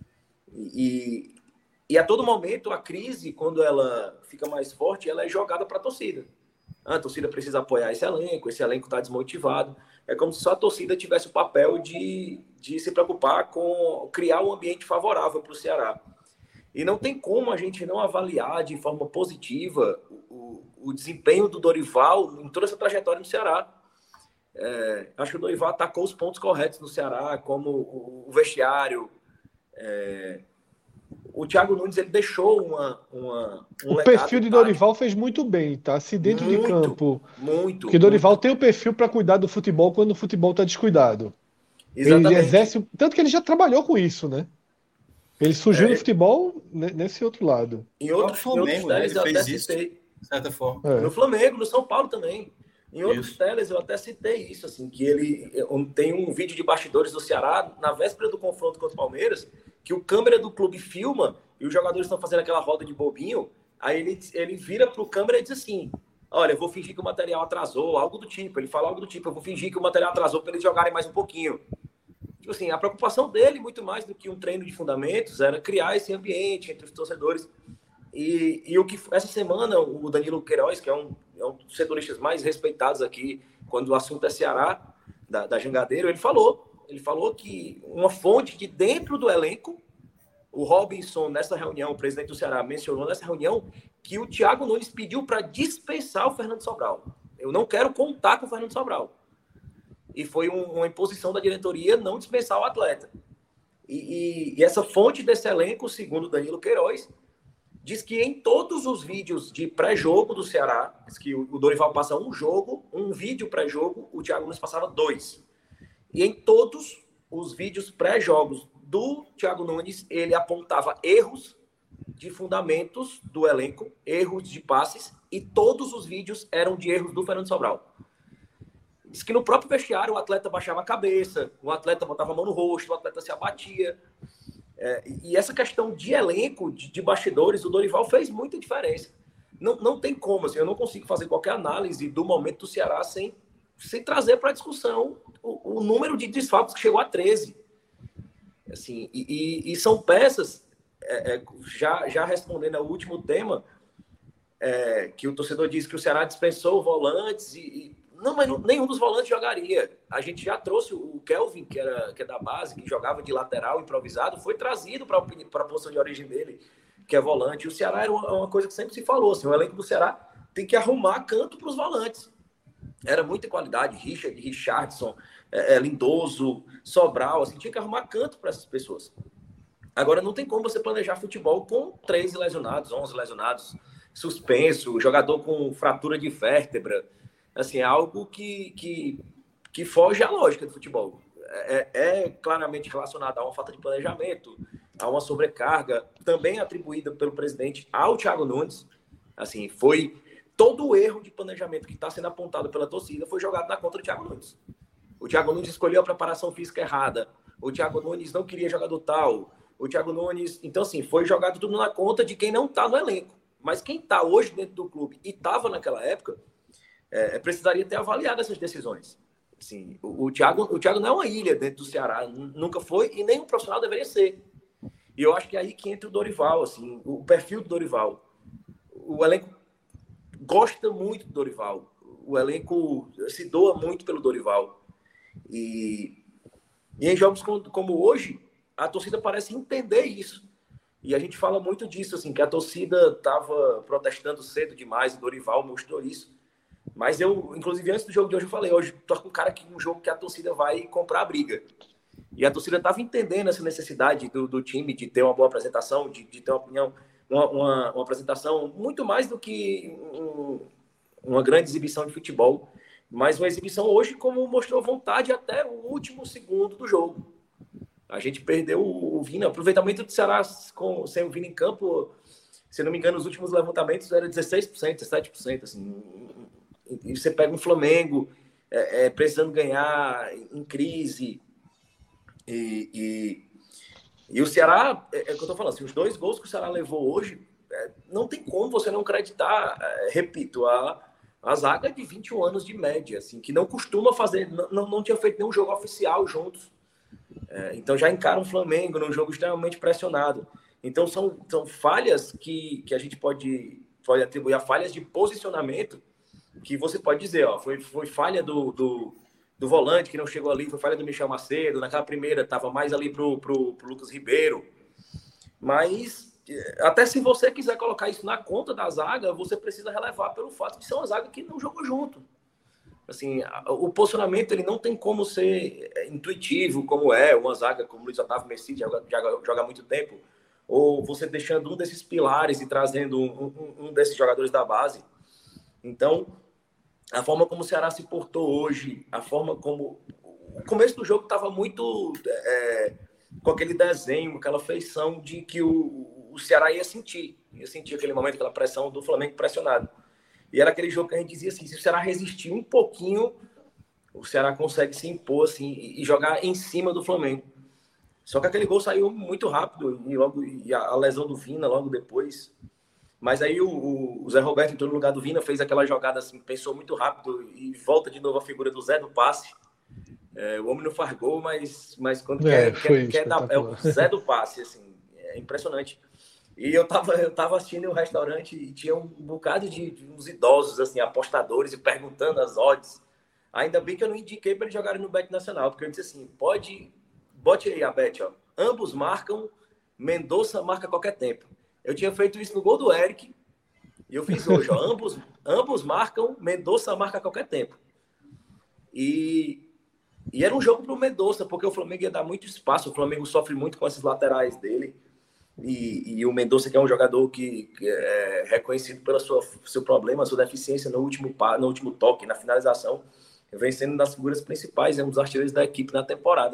E, e a todo momento, a crise, quando ela fica mais forte, ela é jogada para a torcida. A torcida precisa apoiar esse elenco, esse elenco está desmotivado. É como se só a torcida tivesse o papel de, de se preocupar com criar um ambiente favorável para o Ceará. E não tem como a gente não avaliar de forma positiva o, o desempenho do Dorival em toda essa trajetória no Ceará. É, acho que o Dorival atacou os pontos corretos no Ceará, como o, o vestiário. É, o Thiago Nunes, ele deixou uma, uma, um o perfil de Dorival fez muito bem, tá? Se dentro muito, de campo... Muito. Porque Dorival muito. tem o perfil para cuidar do futebol quando o futebol está descuidado. Exatamente. Ele exerce... Tanto que ele já trabalhou com isso, né? Ele surgiu é, no futebol nesse outro lado. Em outros, Flamengo, em outros teles né? eu Ele até fez citei. Isso, de certa forma. É. No Flamengo, no São Paulo também. Em outros isso. teles eu até citei isso, assim, que ele tem um vídeo de bastidores do Ceará, na véspera do confronto contra o Palmeiras, que o câmera do clube filma e os jogadores estão fazendo aquela roda de bobinho, aí ele, ele vira pro câmera e diz assim, olha, eu vou fingir que o material atrasou, algo do tipo. Ele fala algo do tipo, eu vou fingir que o material atrasou para eles jogarem mais um pouquinho. Tipo assim, a preocupação dele, muito mais do que um treino de fundamentos, era criar esse ambiente entre os torcedores. E, e o que essa semana, o Danilo Queiroz, que é um, é um dos setoristas mais respeitados aqui, quando o assunto é Ceará, da, da Jangadeiro, ele falou, ele falou que uma fonte de dentro do elenco, o Robinson, nessa reunião, o presidente do Ceará, mencionou nessa reunião que o Thiago Nunes pediu para dispensar o Fernando Sobral. Eu não quero contar com o Fernando Sobral. E foi um, uma imposição da diretoria não dispensar o atleta. E, e, e essa fonte desse elenco, segundo Danilo Queiroz, diz que em todos os vídeos de pré-jogo do Ceará, diz que o, o Dorival passa um jogo, um vídeo pré-jogo, o Thiago Nunes passava dois. E em todos os vídeos pré-jogos do Thiago Nunes, ele apontava erros de fundamentos do elenco, erros de passes, e todos os vídeos eram de erros do Fernando Sobral. Diz que no próprio vestiário o atleta baixava a cabeça, o atleta botava a mão no rosto, o atleta se abatia. É, e essa questão de elenco, de, de bastidores, o Dorival fez muita diferença. Não, não tem como, assim, eu não consigo fazer qualquer análise do momento do Ceará sem, sem trazer para a discussão o, o número de desfalques que chegou a treze. Assim, e, e, e são peças, é, é, já, já respondendo ao último tema, é, que o torcedor disse que o Ceará dispensou volantes e... e não, mas não, nenhum dos volantes jogaria. A gente já trouxe o Kelvin, que, era, que é da base, que jogava de lateral improvisado, foi trazido para a posição de origem dele, que é volante. E o Ceará era uma, uma coisa que sempre se falou. Assim, o elenco do Ceará tem que arrumar canto para os volantes. Era muita qualidade. Richard, Richardson, é, é, Lindoso, Sobral. Assim, tinha que arrumar canto para essas pessoas. Agora, não tem como você planejar futebol com treze lesionados, onze lesionados, suspenso, jogador com fratura de vértebra. Assim, é algo que, que, que foge à lógica do futebol. É, é claramente relacionado a uma falta de planejamento, a uma sobrecarga, também atribuída pelo presidente ao Thiago Nunes. Assim, foi todo o erro de planejamento que está sendo apontado pela torcida foi jogado na conta do Thiago Nunes. O Thiago Nunes escolheu a preparação física errada. O Thiago Nunes não queria jogador tal. O Thiago Nunes... Então, assim, foi jogado tudo na conta de quem não está no elenco. Mas quem está hoje dentro do clube e estava naquela época... É, precisaria ter avaliado essas decisões. Assim, o, o, Thiago, o Thiago não é uma ilha dentro do Ceará, nunca foi, e nem um profissional deveria ser. E eu acho que é aí que entra o Dorival, assim, o perfil do Dorival. O elenco gosta muito do Dorival, o elenco se doa muito pelo Dorival. E, e em jogos como, como hoje, a torcida parece entender isso. E a gente fala muito disso, assim, que a torcida estava protestando cedo demais, o Dorival mostrou isso. Mas eu, inclusive, antes do jogo de hoje, eu falei, hoje tô com um cara que um jogo que a torcida vai comprar a briga. E a torcida estava entendendo essa necessidade do, do time de ter uma boa apresentação, de, de ter uma opinião. uma, uma, uma apresentação muito mais do que um, uma grande exibição de futebol, mas uma exibição hoje como mostrou vontade até o último segundo do jogo. A gente perdeu o Vina, aproveitamento do Ceará com, sem o Vina em campo, se não me engano, os últimos levantamentos era dezesseis por cento, dezessete por cento. Assim. E você pega um Flamengo é, é, precisando ganhar, em crise, e, e, e o Ceará, é, é o que eu tô falando, assim, os dois gols que o Ceará levou hoje, é, não tem como você não acreditar, é, repito, a, a zaga de vinte e um anos de média, assim, que não costuma fazer, não, não tinha feito nenhum jogo oficial juntos. É, então já encara o Flamengo num jogo extremamente pressionado. Então são, são falhas que, que a gente pode, pode atribuir a falhas de posicionamento, que você pode dizer, ó, foi, foi falha do, do, do volante que não chegou ali, foi falha do Michel Macedo, naquela primeira estava mais ali pro, pro, pro Lucas Ribeiro. Mas até se você quiser colocar isso na conta da zaga, você precisa relevar pelo fato de ser uma zaga que não jogou junto. Assim, o posicionamento ele não tem como ser intuitivo, como é uma zaga como o Luiz Otávio Messi joga, joga, joga há muito tempo, ou você deixando um desses pilares e trazendo um, um, um desses jogadores da base. Então, a forma como o Ceará se portou hoje, a forma como... O começo do jogo estava muito é, com aquele desenho, aquela feição de que o, o Ceará ia sentir, ia sentir aquele momento, aquela pressão do Flamengo pressionado. E era aquele jogo que a gente dizia assim, se o Ceará resistir um pouquinho, o Ceará consegue se impor assim, e jogar em cima do Flamengo. Só que aquele gol saiu muito rápido, e, logo, e a, a lesão do Vina logo depois. Mas aí o, o Zé Roberto entrou no lugar do Vina, fez aquela jogada assim, pensou muito rápido, e volta de novo a figura do Zé do passe. É, o homem não faz gol, mas, mas quando é, quer, quer, quer dar... É o Zé do passe, assim, é impressionante. E eu tava, eu tava assistindo em um restaurante e tinha um bocado de, de uns idosos, assim, apostadores, e perguntando as odds. Ainda bem que eu não indiquei para eles jogarem no Bet Nacional, porque eu disse assim, pode, bote aí a Bet, ó. Ambos marcam, Mendonça marca a qualquer tempo. Eu tinha feito isso no gol do Eric, e eu fiz hoje, ó. Ambos, ambos marcam, Mendonça marca a qualquer tempo. E, e era um jogo pro Mendonça, porque o Flamengo ia dar muito espaço, o Flamengo sofre muito com esses laterais dele. E, e o Mendonça, que é um jogador que, que é reconhecido pelo sua, seu problema, sua deficiência no último, no último toque, na finalização, vem sendo uma das figuras principais, é um dos artilheiros da equipe na temporada.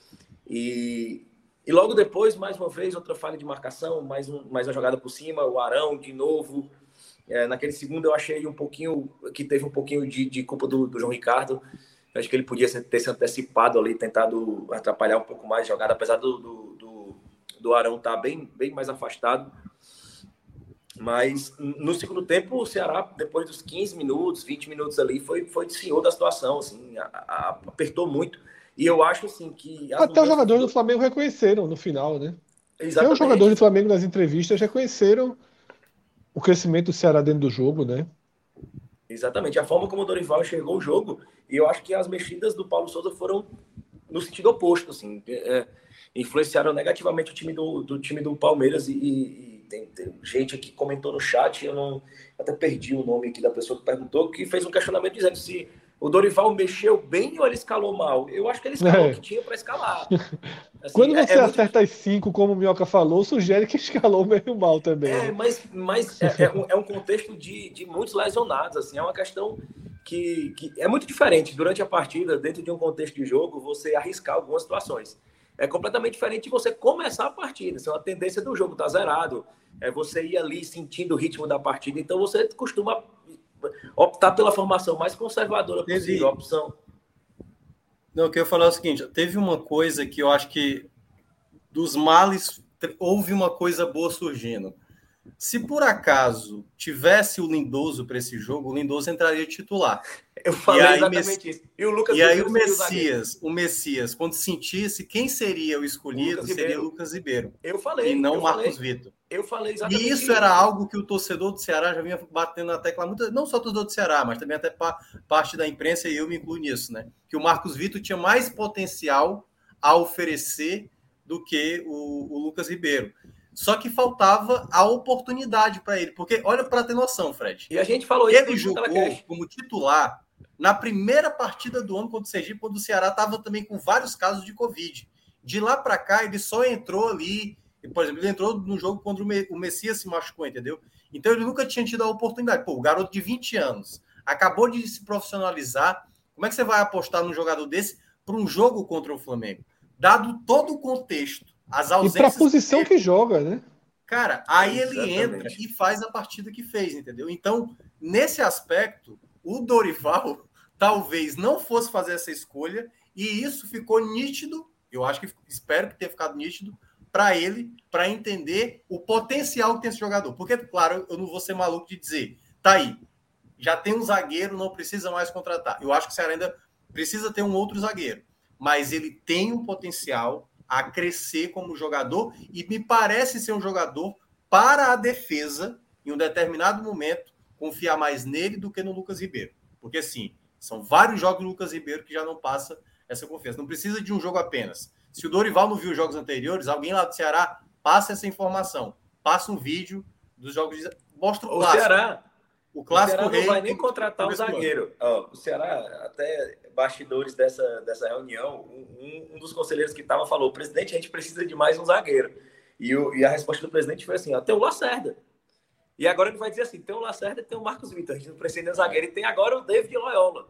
E, e logo depois, mais uma vez, outra falha de marcação, mais, um, mais uma jogada por cima, o Arão de novo. É, naquele segundo eu achei um pouquinho, que teve um pouquinho de, de culpa do, do João Ricardo. Eu acho que ele podia ter se antecipado ali, tentado atrapalhar um pouco mais a jogada, apesar do, do, do do Arão tá bem, bem mais afastado. Mas no segundo tempo, o Ceará, depois dos quinze minutos, vinte minutos ali, foi, foi senhor da situação, assim, a, a, apertou muito. E eu acho assim que... Até os jogadores do Flamengo reconheceram no final, né? Exatamente. Até os jogadores do Flamengo nas entrevistas reconheceram o crescimento do Ceará dentro do jogo, né? Exatamente. A forma como o Dorival enxergou o jogo, e eu acho que as mexidas do Paulo Souza foram no sentido oposto, assim, é, influenciaram negativamente o time do, do time do Palmeiras, e, e tem, tem gente aqui que comentou no chat, eu não até perdi o nome aqui da pessoa que perguntou, que fez um questionamento dizendo se o Dorival mexeu bem ou ele escalou mal. Eu acho que ele escalou o é. que tinha para escalar. Assim, Quando você é, é acerta muito... as cinco, como o Minhoca falou, sugere que escalou meio mal também. É, né? mas, mas é, é, um, é um contexto de, de muitos lesionados, assim, é uma questão que, que é muito diferente. Durante a partida, dentro de um contexto de jogo, você arriscar algumas situações. É completamente diferente de você começar a partida. Isso é uma tendência do jogo, tá zerado. É você ir ali sentindo o ritmo da partida. Então você costuma optar pela formação mais conservadora possível, a opção. Não, o que eu ia falar é o seguinte, teve uma coisa que eu acho que dos males houve uma coisa boa surgindo. Se por acaso tivesse o Lindoso para esse jogo, o Lindoso entraria titular. Eu falei e aí, exatamente Messi... isso. E, o, Lucas e aí o Messias, o Messias, quando sentisse quem seria o escolhido, o seria Lucas Ribeiro. Eu falei. E não eu Marcos falei, Vitor. Eu falei exatamente isso. E isso era algo que o torcedor do Ceará já vinha batendo na tecla, muito, não só o torcedor do Ceará, mas também até parte da imprensa, e eu me incluo nisso, né? Que o Marcos Vitor tinha mais potencial a oferecer do que o, o Lucas Ribeiro. Só que faltava a oportunidade para ele. Porque, olha, para ter noção, Fred. E a gente falou isso. Ele jogou como titular na primeira partida do ano contra o Sergipe, quando o Ceará estava também com vários casos de Covid. De lá para cá, ele só entrou ali. por exemplo, ele entrou no jogo quando o Messias se machucou, entendeu? Então ele nunca tinha tido a oportunidade. Pô, o garoto de vinte anos acabou de se profissionalizar. Como é que você vai apostar num jogador desse para um jogo contra o Flamengo? Dado todo o contexto, as ausências... E para a posição que, que joga, né? Cara, aí Exatamente. Ele entra e faz a partida que fez, entendeu? Então, nesse aspecto, o Dorival talvez não fosse fazer essa escolha e isso ficou nítido, eu acho que, espero que tenha ficado nítido para ele, para entender o potencial que tem esse jogador. Porque, claro, eu não vou ser maluco de dizer, tá aí, já tem um zagueiro, não precisa mais contratar. Eu acho que o Ceará ainda precisa ter um outro zagueiro, mas ele tem um potencial a crescer como jogador e me parece ser um jogador para a defesa, em um determinado momento, confiar mais nele do que no Lucas Ribeiro. Porque, sim, são vários jogos do Lucas Ribeiro que já não passa essa confiança. Não precisa de um jogo apenas. Se o Dorival não viu os jogos anteriores, alguém lá do Ceará passa essa informação. Passa um vídeo dos jogos... De... Mostra o, o clássico. Ceará, o clássico o Ceará rei não vai nem contratar um zagueiro. Ó, o Ceará, até bastidores dessa, dessa reunião, um, um dos conselheiros que estava falou, presidente, a gente precisa de mais um zagueiro. E, o, e a resposta do presidente foi assim, ó, tem o Lacerda. E agora ele vai dizer assim, tem o Lacerda e tem o Marcos Vitor. A gente não precisa de um zagueiro. E tem agora o David Loyola.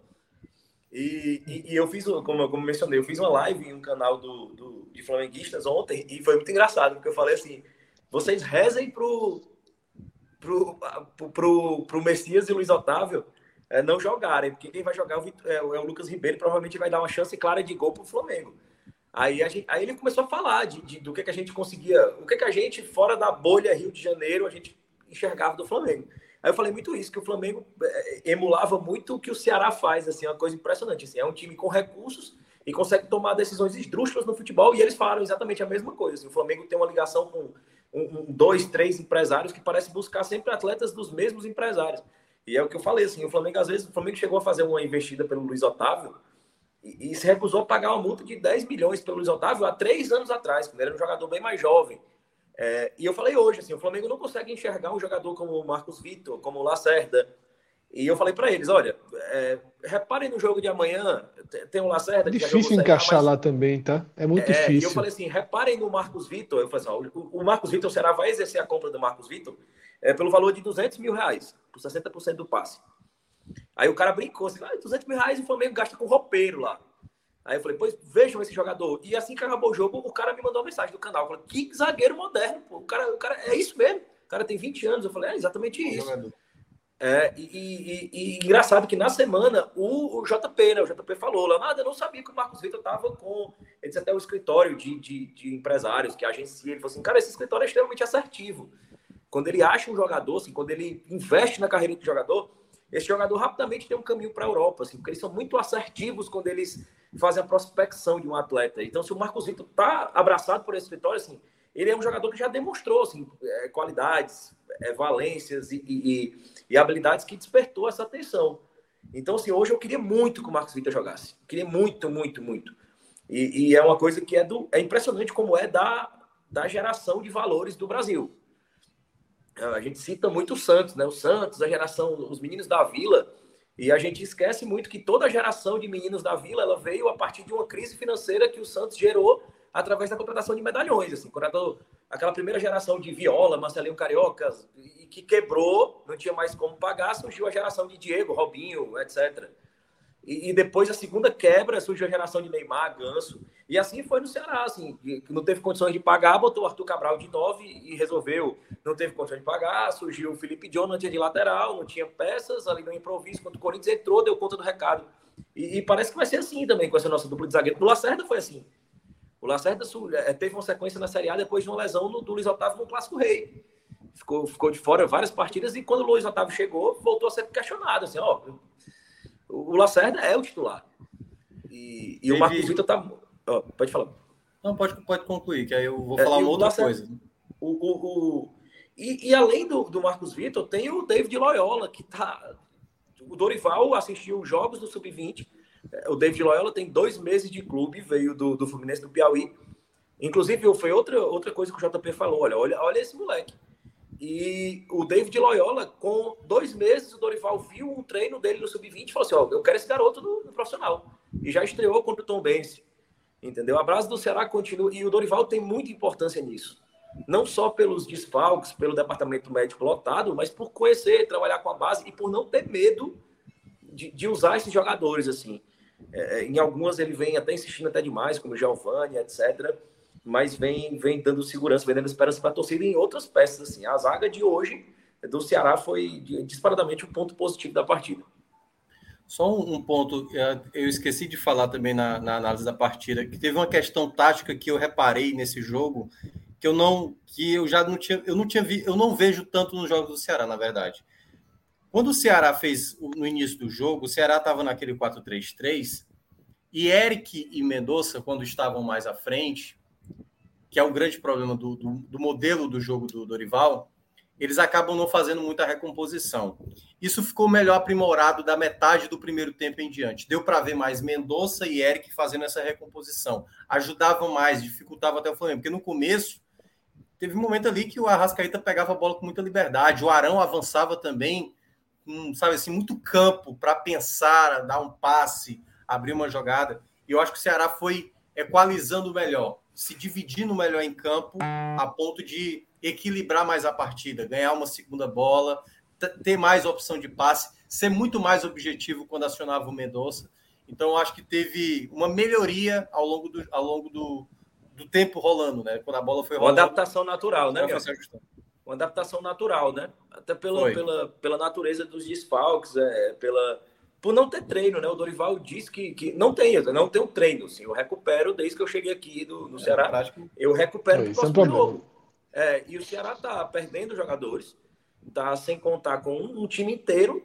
E, e, e eu fiz, como, como mencionei, eu fiz uma live em um canal do, do, de flamenguistas ontem e foi muito engraçado, porque eu falei assim, vocês rezem pro, pro, pro, pro, pro Messias e o Luiz Otávio é, não jogarem, porque quem vai jogar é o, Vitor, é, é o Lucas Ribeiro, provavelmente vai dar uma chance clara de gol pro Flamengo. Aí, a gente, aí ele começou a falar de, de, do que, que a gente conseguia, o que, que a gente, fora da bolha Rio de Janeiro, a gente enxergava do Flamengo. Aí eu falei muito isso, que o Flamengo emulava muito o que o Ceará faz, assim, uma coisa impressionante. Assim, é um time com recursos e consegue tomar decisões esdrúxulas no futebol, e eles falaram exatamente a mesma coisa. Assim, o Flamengo tem uma ligação com um, um, dois, três empresários que parece buscar sempre atletas dos mesmos empresários. E é o que eu falei, assim, o Flamengo, às vezes, o Flamengo chegou a fazer uma investida pelo Luiz Otávio e, e se recusou a pagar uma multa de dez milhões pelo Luiz Otávio há três anos atrás, quando ele era um jogador bem mais jovem. É, e eu falei hoje, assim, o Flamengo não consegue enxergar um jogador como o Marcos Vitor, como o Lacerda. E eu falei para eles, olha, é, reparem no jogo de amanhã, tem o Lacerda... É difícil encaixar lá, mas... lá também, tá? É muito é, difícil. E eu falei assim, reparem no Marcos Vitor. Eu falei assim, ó, o, o Marcos Vitor, o Ceará vai exercer a compra do Marcos Vitor é, pelo valor de duzentos mil reais, por sessenta por cento do passe. Aí o cara brincou, assim, ah, duzentos mil reais o Flamengo gasta com roupeiro lá. Aí eu falei, pois vejam esse jogador. E assim que acabou o jogo, o cara me mandou uma mensagem do canal. Eu falei, que zagueiro moderno, pô. O cara, o cara é isso mesmo. O cara tem vinte anos. Eu falei, é exatamente isso. É, e, e, e, e engraçado que na semana o, o J P, né? O J P falou, Leonardo, eu não sabia que o Marcos Vitor estava com. Ele disse até o escritório de, de, de empresários que agencia. Ele falou assim, cara, esse escritório é extremamente assertivo. Quando ele acha um jogador, assim, quando ele investe na carreira do jogador, esse jogador rapidamente tem um caminho para a Europa, assim, porque eles são muito assertivos quando eles fazem a prospecção de um atleta. Então, se o Marcos Vitor está abraçado por esse escritório, assim, ele é um jogador que já demonstrou assim, é, qualidades, é, valências e, e, e habilidades que despertou essa atenção. Então, assim, hoje eu queria muito que o Marcos Vitor jogasse. Queria muito, muito, muito. E, e é uma coisa que é, do, é impressionante como é da, da geração de valores do Brasil. A gente cita muito o Santos, né? O Santos, a geração, os meninos da Vila, e a gente esquece muito que toda a geração de meninos da Vila, ela veio a partir de uma crise financeira que o Santos gerou através da contratação de medalhões, assim, contratou aquela primeira geração de Viola, Marcelinho Carioca, e que quebrou, não tinha mais como pagar, surgiu a geração de Diego, Robinho, etcétera. E, e depois a segunda quebra, surgiu a geração de Neymar, Ganso, e assim foi no Ceará, assim, não teve condições de pagar, botou o Arthur Cabral de nove e resolveu, não teve condições de pagar, surgiu o Felipe John, não tinha de lateral, não tinha peças, ali no improviso, quando o Corinthians entrou, deu conta do recado. E, e parece que vai ser assim também com essa nossa dupla de zagueiro. O Lacerda foi assim. O Lacerda teve uma sequência na Série A depois de uma lesão no, do Luiz Otávio no Clássico Rei. Ficou, ficou de fora várias partidas e quando o Luiz Otávio chegou, voltou a ser questionado, assim, ó, o Lacerda é o titular. E, e o Marcos Vitor tá... Oh, pode falar. Não, pode, pode concluir, que aí eu vou falar é, uma outra Lacerda, coisa. O, o, o... E, e além do, do Marcos Vitor, tem o David Loyola, que tá... O Dorival assistiu os jogos do sub vinte. O David Loyola tem dois meses de clube, veio do, do Fluminense do Piauí. Inclusive, foi outra, outra coisa que o J P falou. Olha, olha, olha esse moleque. E o David Loyola, com dois meses, o Dorival viu um treino dele no sub vinte e falou assim, ó, eu quero esse garoto no, no profissional. E já estreou contra o Tombense. Entendeu? A base do Ceará continua. E o Dorival tem muita importância nisso. não só pelos desfalques, pelo departamento médico lotado, mas por conhecer, trabalhar com a base e por não ter medo de, de usar esses jogadores, assim. É, em algumas ele vem até insistindo até demais, como o Giovani, etcétera, mas vem, vem dando segurança, vem dando esperança para a torcida em outras peças, assim. A zaga de hoje do Ceará foi disparadamente um ponto positivo da partida. Só um ponto, eu esqueci de falar também na, na análise da partida, que teve uma questão tática que eu reparei nesse jogo, que eu não, que eu já não tinha, eu não tinha vi, eu não vejo tanto nos jogos do Ceará, na verdade. Quando o Ceará fez no início do jogo, o Ceará estava naquele quatro três três, e Eric e Mendonça, quando estavam mais à frente, que é o grande problema do, do, do modelo do jogo do Dorival, eles acabam não fazendo muita recomposição. Isso ficou melhor aprimorado da metade do primeiro tempo em diante. Deu para ver mais Mendonça e Eric fazendo essa recomposição. Ajudavam mais, dificultava até o Flamengo. Porque no começo, teve um momento ali que o Arrascaeta pegava a bola com muita liberdade. O Arão avançava também, com, sabe assim, muito campo para pensar, dar um passe, abrir uma jogada. E eu acho que o Ceará foi equalizando melhor, se dividindo melhor em campo, a ponto de equilibrar mais a partida, ganhar uma segunda bola, ter mais opção de passe, ser muito mais objetivo quando acionava o Mendonça. Então, eu acho que teve uma melhoria ao longo do, ao longo do, do tempo rolando, né? Quando a bola foi rolando. Uma adaptação natural, né, meu? Uma adaptação natural, né? Até pela, pela, pela natureza dos desfalques, é, pela, por não ter treino, né? O Dorival disse que, que não tem, não tem um treino. Assim, eu recupero desde que eu cheguei aqui do, no Ceará. É, prático. Eu recupero é, pro próximo jogo. É, e o Ceará está perdendo jogadores, está sem contar com um, um time inteiro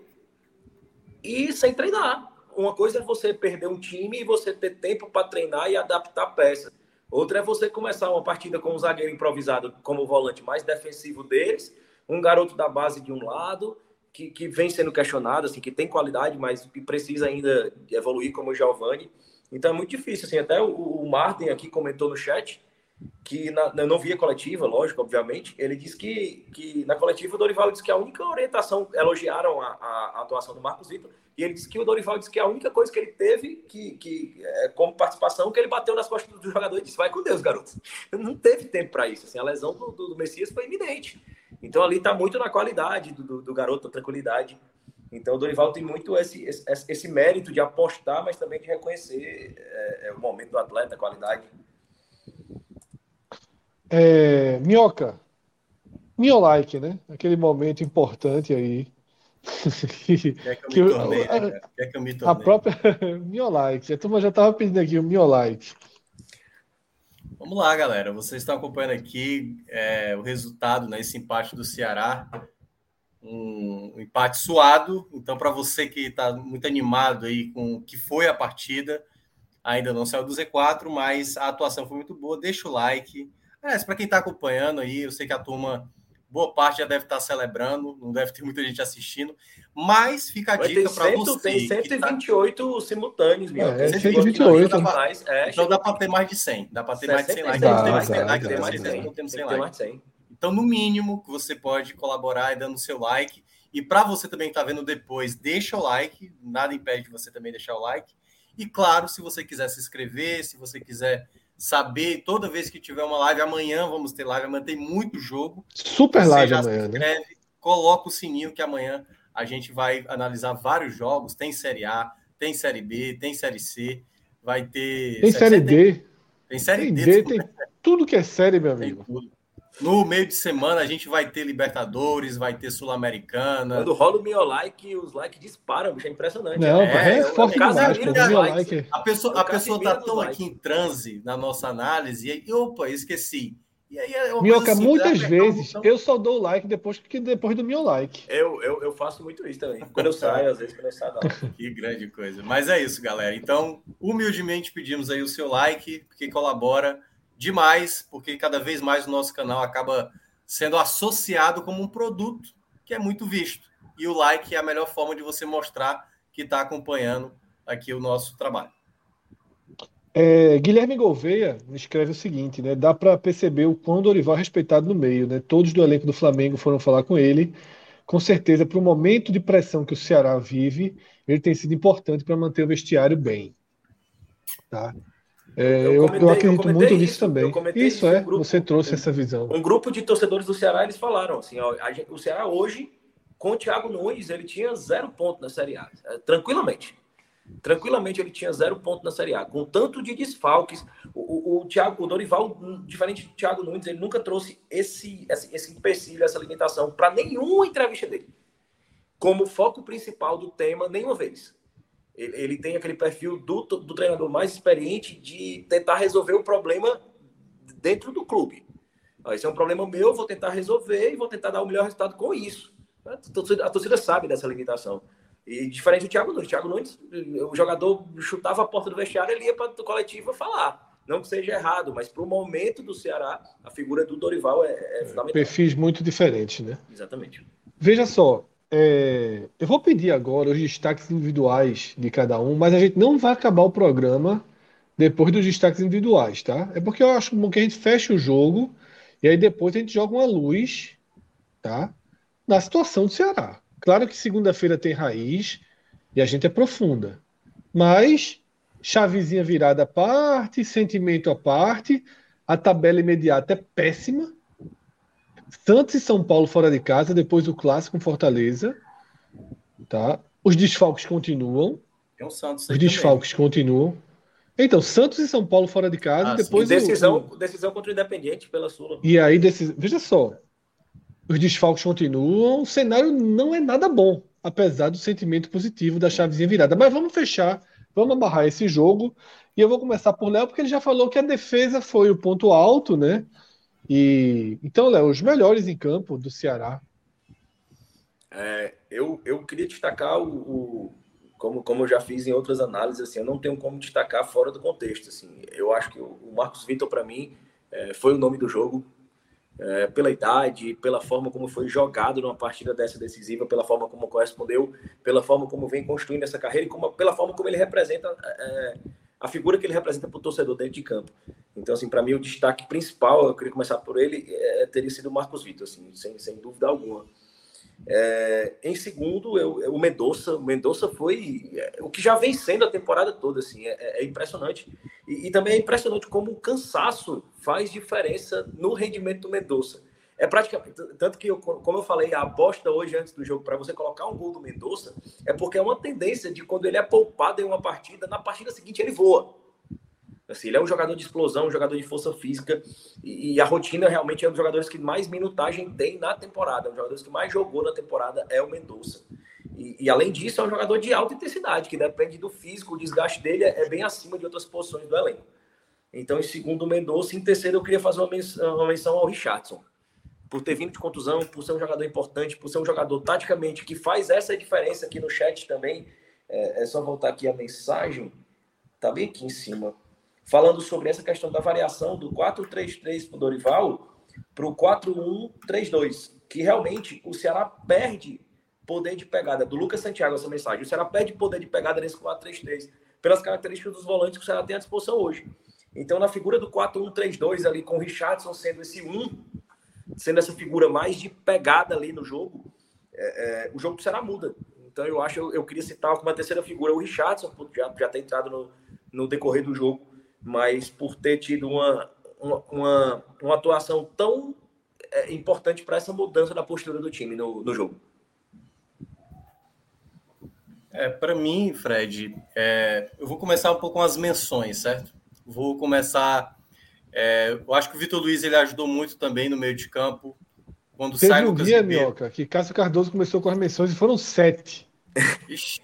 e sem treinar. Uma coisa é você perder um time e você ter tempo para treinar e adaptar peças. Outra é você começar uma partida com um zagueiro improvisado como o volante mais defensivo deles, um garoto da base de um lado, que, que vem sendo questionado, assim, que tem qualidade, mas que precisa ainda evoluir como o Giovani. Então é muito difícil. Assim, até o, o Martin aqui comentou no chat que na, eu não via coletiva, lógico, obviamente, ele disse que, que na coletiva o Dorival disse que a única orientação, elogiaram a, a, a atuação do Marcos Vitor, e ele disse que o Dorival disse que a única coisa que ele teve que, que, é, como participação, que ele bateu nas costas do jogador e disse, vai com Deus, garoto. Não teve tempo para isso, assim, a lesão do, do, do Messias foi iminente. Então ali está muito na qualidade do, do, do garoto, a tranquilidade. Então o Dorival tem muito esse, esse, esse mérito de apostar, mas também de reconhecer é, é, o momento do atleta, a qualidade. É, Minhoca, Minholike, né? Aquele momento importante aí. que, Quer que eu me tornei, a, né, Quer que eu me tornei. A própria Minholike. A turma já estava pedindo aqui o Minholike. Vamos lá, galera. Vocês estão acompanhando aqui é, o resultado, né, esse empate do Ceará. Um, um empate suado. Então, para você que está muito animado aí com o que foi a partida, ainda não saiu do Z quatro, mas a atuação foi muito boa. Deixa o like. É, para quem está acompanhando aí, eu sei que a turma, boa parte já deve estar celebrando, não deve ter muita gente assistindo, mas fica a mas dica para você. Tem cento e vinte e oito tá... simultâneos, meu. É, cento e vinte e oito. Dá pra, é, então dá para ter mais de cem. Dá para ter mais de cem likes. Não tem mais de cem likes, tem mais de cem. Não temos cem likes. Então, no mínimo, que você pode colaborar dando o seu like. E para você também que está vendo depois, deixa o like. Nada impede de você também deixar o like. E, claro, se você quiser se inscrever, se você quiser saber, toda vez que tiver uma live, amanhã vamos ter live, amanhã tem muito jogo. Super você live já amanhã, se inscreve, né? Coloca o sininho que amanhã a gente vai analisar vários jogos. Tem Série A, tem Série B, tem Série C, vai ter... Tem Série D. Tem, tem Série tem D. D, tem tudo que é série, meu tem amigo. Tudo. No meio de semana a gente vai ter Libertadores, vai ter Sul-Americana. Quando rola o meu like, os likes disparam, bicho, é impressionante. Não, é, é, é forte demais. Pô, like. A pessoa, a pessoa tá tão like. aqui em transe na nossa análise, e aí, opa, esqueci. E aí é uma Minhoca, assim, muitas vezes eu só dou o like depois, que depois do meu like. Eu, eu, eu faço muito isso também. Quando eu saio, às vezes, quando eu saio da live. Que grande coisa. Mas é isso, galera. Então, humildemente pedimos aí o seu like, porque colabora demais, porque cada vez mais o nosso canal acaba sendo associado como um produto que é muito visto. E o like é a melhor forma de você mostrar que está acompanhando aqui o nosso trabalho. É, Guilherme Gouveia escreve o seguinte, né? Dá para perceber o quão Dorival é respeitado no meio, né? Todos do elenco do Flamengo foram falar com ele. Com certeza, para o momento de pressão que o Ceará vive, ele tem sido importante para manter o vestiário bem. Tá? É, eu, eu, comentei, eu acredito eu muito nisso isso, também. Isso é, um grupo, você trouxe um, essa visão. Um grupo de torcedores do Ceará, eles falaram assim, ó, a gente, o Ceará hoje, com o Thiago Nunes, ele tinha zero ponto na Série A, tranquilamente. Tranquilamente ele tinha zero ponto na Série A, com tanto de desfalques. O, o, o, Thiago, o Dorival, diferente do Thiago Nunes, ele nunca trouxe esse, esse, esse empecilho, essa limitação para nenhuma entrevista dele. Como foco principal do tema, nenhuma vez. Ele, ele tem aquele perfil do, do treinador mais experiente de tentar resolver o problema dentro do clube. Esse é um problema meu, eu vou tentar resolver e vou tentar dar o melhor resultado com isso. A torcida, a torcida sabe dessa limitação. E diferente do Thiago Nunes. Thiago Nunes, o jogador chutava a porta do vestiário, ele ia para a coletiva falar. Não que seja errado, mas para o momento do Ceará, a figura do Dorival é, é fundamental. Perfis muito diferentes, né? Exatamente. Veja só, é... eu vou pedir agora os destaques individuais de cada um, mas a gente não vai acabar o programa depois dos destaques individuais, tá? É porque eu acho bom que a gente feche o jogo e aí depois a gente joga uma luz, tá? Na situação do Ceará. Claro que segunda-feira tem raiz e a gente aprofunda. Mas chavezinha virada à parte, sentimento à parte, a tabela imediata é péssima. Santos e São Paulo fora de casa, depois do clássico com Fortaleza. Tá? Os desfalques continuam. Tem um Santos Os desfalques também. continuam. Então, Santos e São Paulo fora de casa, ah, depois decisão, o, o... decisão contra o Independente pela Sula. E aí, decis... veja só. Os desfalques continuam, o cenário não é nada bom, apesar do sentimento positivo da chavezinha virada. Mas vamos fechar, vamos amarrar esse jogo. E eu vou começar por Léo, porque ele já falou que a defesa foi o ponto alto, né? E então, Léo, os melhores em campo do Ceará. É, eu, eu queria destacar o, o como, como eu já fiz em outras análises, assim, eu não tenho como destacar fora do contexto. Assim, eu acho que o, o Marcos Vitor, para mim, é, foi o nome do jogo. É, pela idade, pela forma como foi jogado numa partida dessa decisiva, pela forma como correspondeu, pela forma como vem construindo essa carreira e como, pela forma como ele representa, é, a figura que ele representa para o torcedor dentro de campo. Então, assim, para mim, o destaque principal, eu queria começar por ele, é, teria sido o Marcos Vitor, assim, sem, sem dúvida alguma. É, em segundo, eu, eu, o Mendonça. O Mendonça foi é, o que já vem sendo a temporada toda, assim, é, é impressionante. E, e também é impressionante como o cansaço faz diferença no rendimento do Mendonça. É praticamente, tanto que, eu, como eu falei, a aposta hoje antes do jogo para você colocar um gol do Mendonça é porque é uma tendência de quando ele é poupado em uma partida, na partida seguinte ele voa. Assim, ele é um jogador de explosão, um jogador de força física, e, e a rotina realmente é um dos jogadores que mais minutagem tem na temporada, um dos jogadores que mais jogou na temporada é o Mendonça. E, e além disso, é um jogador de alta intensidade, que depende do físico, o desgaste dele é, é bem acima de outras posições do elenco. Então, em segundo, o Mendonça, em terceiro, eu queria fazer uma menção, uma menção ao Richarlison, por ter vindo de contusão, por ser um jogador importante, por ser um jogador taticamente que faz essa diferença aqui no chat também. É, é só voltar aqui a mensagem, tá bem aqui em cima. Falando sobre essa questão da variação do quatro três três para o Dorival para o quatro um três dois, que realmente o Ceará perde poder de pegada. Do Lucas Santiago, essa mensagem. O Ceará perde poder de pegada nesse quatro três três, pelas características dos volantes que o Ceará tem à disposição hoje. Então, na figura do quatro um três dois, ali com o Richarlison sendo esse um, sendo essa figura mais de pegada ali no jogo, é, é, o jogo do Ceará muda. Então, eu acho, eu, eu queria citar como a terceira figura o Richarlison, já, já ter entrado no, no decorrer do jogo, mas por ter tido uma, uma, uma, uma atuação tão é, importante para essa mudança da postura do time no, no jogo. É, para mim, Fred, é, eu vou começar um pouco com as menções, certo? Vou começar... É, eu acho que o Vitor Luiz ele ajudou muito também no meio de campo. Quando Teve sai um Lucas dia, Ribeiro... Minhoca, que Cássio Cardoso começou com as menções e foram sete. Ixi.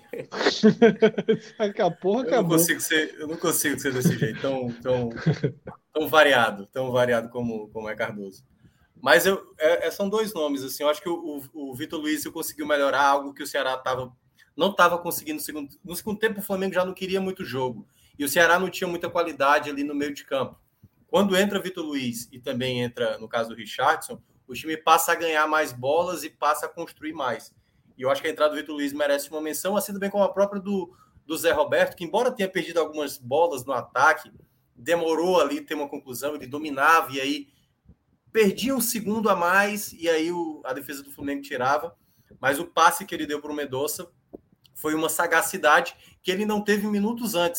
A porra eu, acabou. não consigo ser, eu não consigo ser desse jeito, tão, tão, tão variado, tão variado como, como é Cardoso. Mas eu, é, são dois nomes. Assim, eu acho que o, o, o Vitor Luiz conseguiu melhorar algo que o Ceará tava, não estava conseguindo. No segundo, no segundo tempo, o Flamengo já não queria muito jogo. E o Ceará não tinha muita qualidade ali no meio de campo. Quando entra Vitor Luiz e também entra, no caso do Richarlison, o time passa a ganhar mais bolas e passa a construir mais. E eu acho que a entrada do Vitor Luiz merece uma menção, assim também como a própria do, do Zé Roberto, que embora tenha perdido algumas bolas no ataque, demorou ali ter uma conclusão, ele dominava e aí perdia um segundo a mais e aí o, a defesa do Flamengo tirava. Mas o passe que ele deu para o Mendonça foi uma sagacidade que ele não teve minutos antes.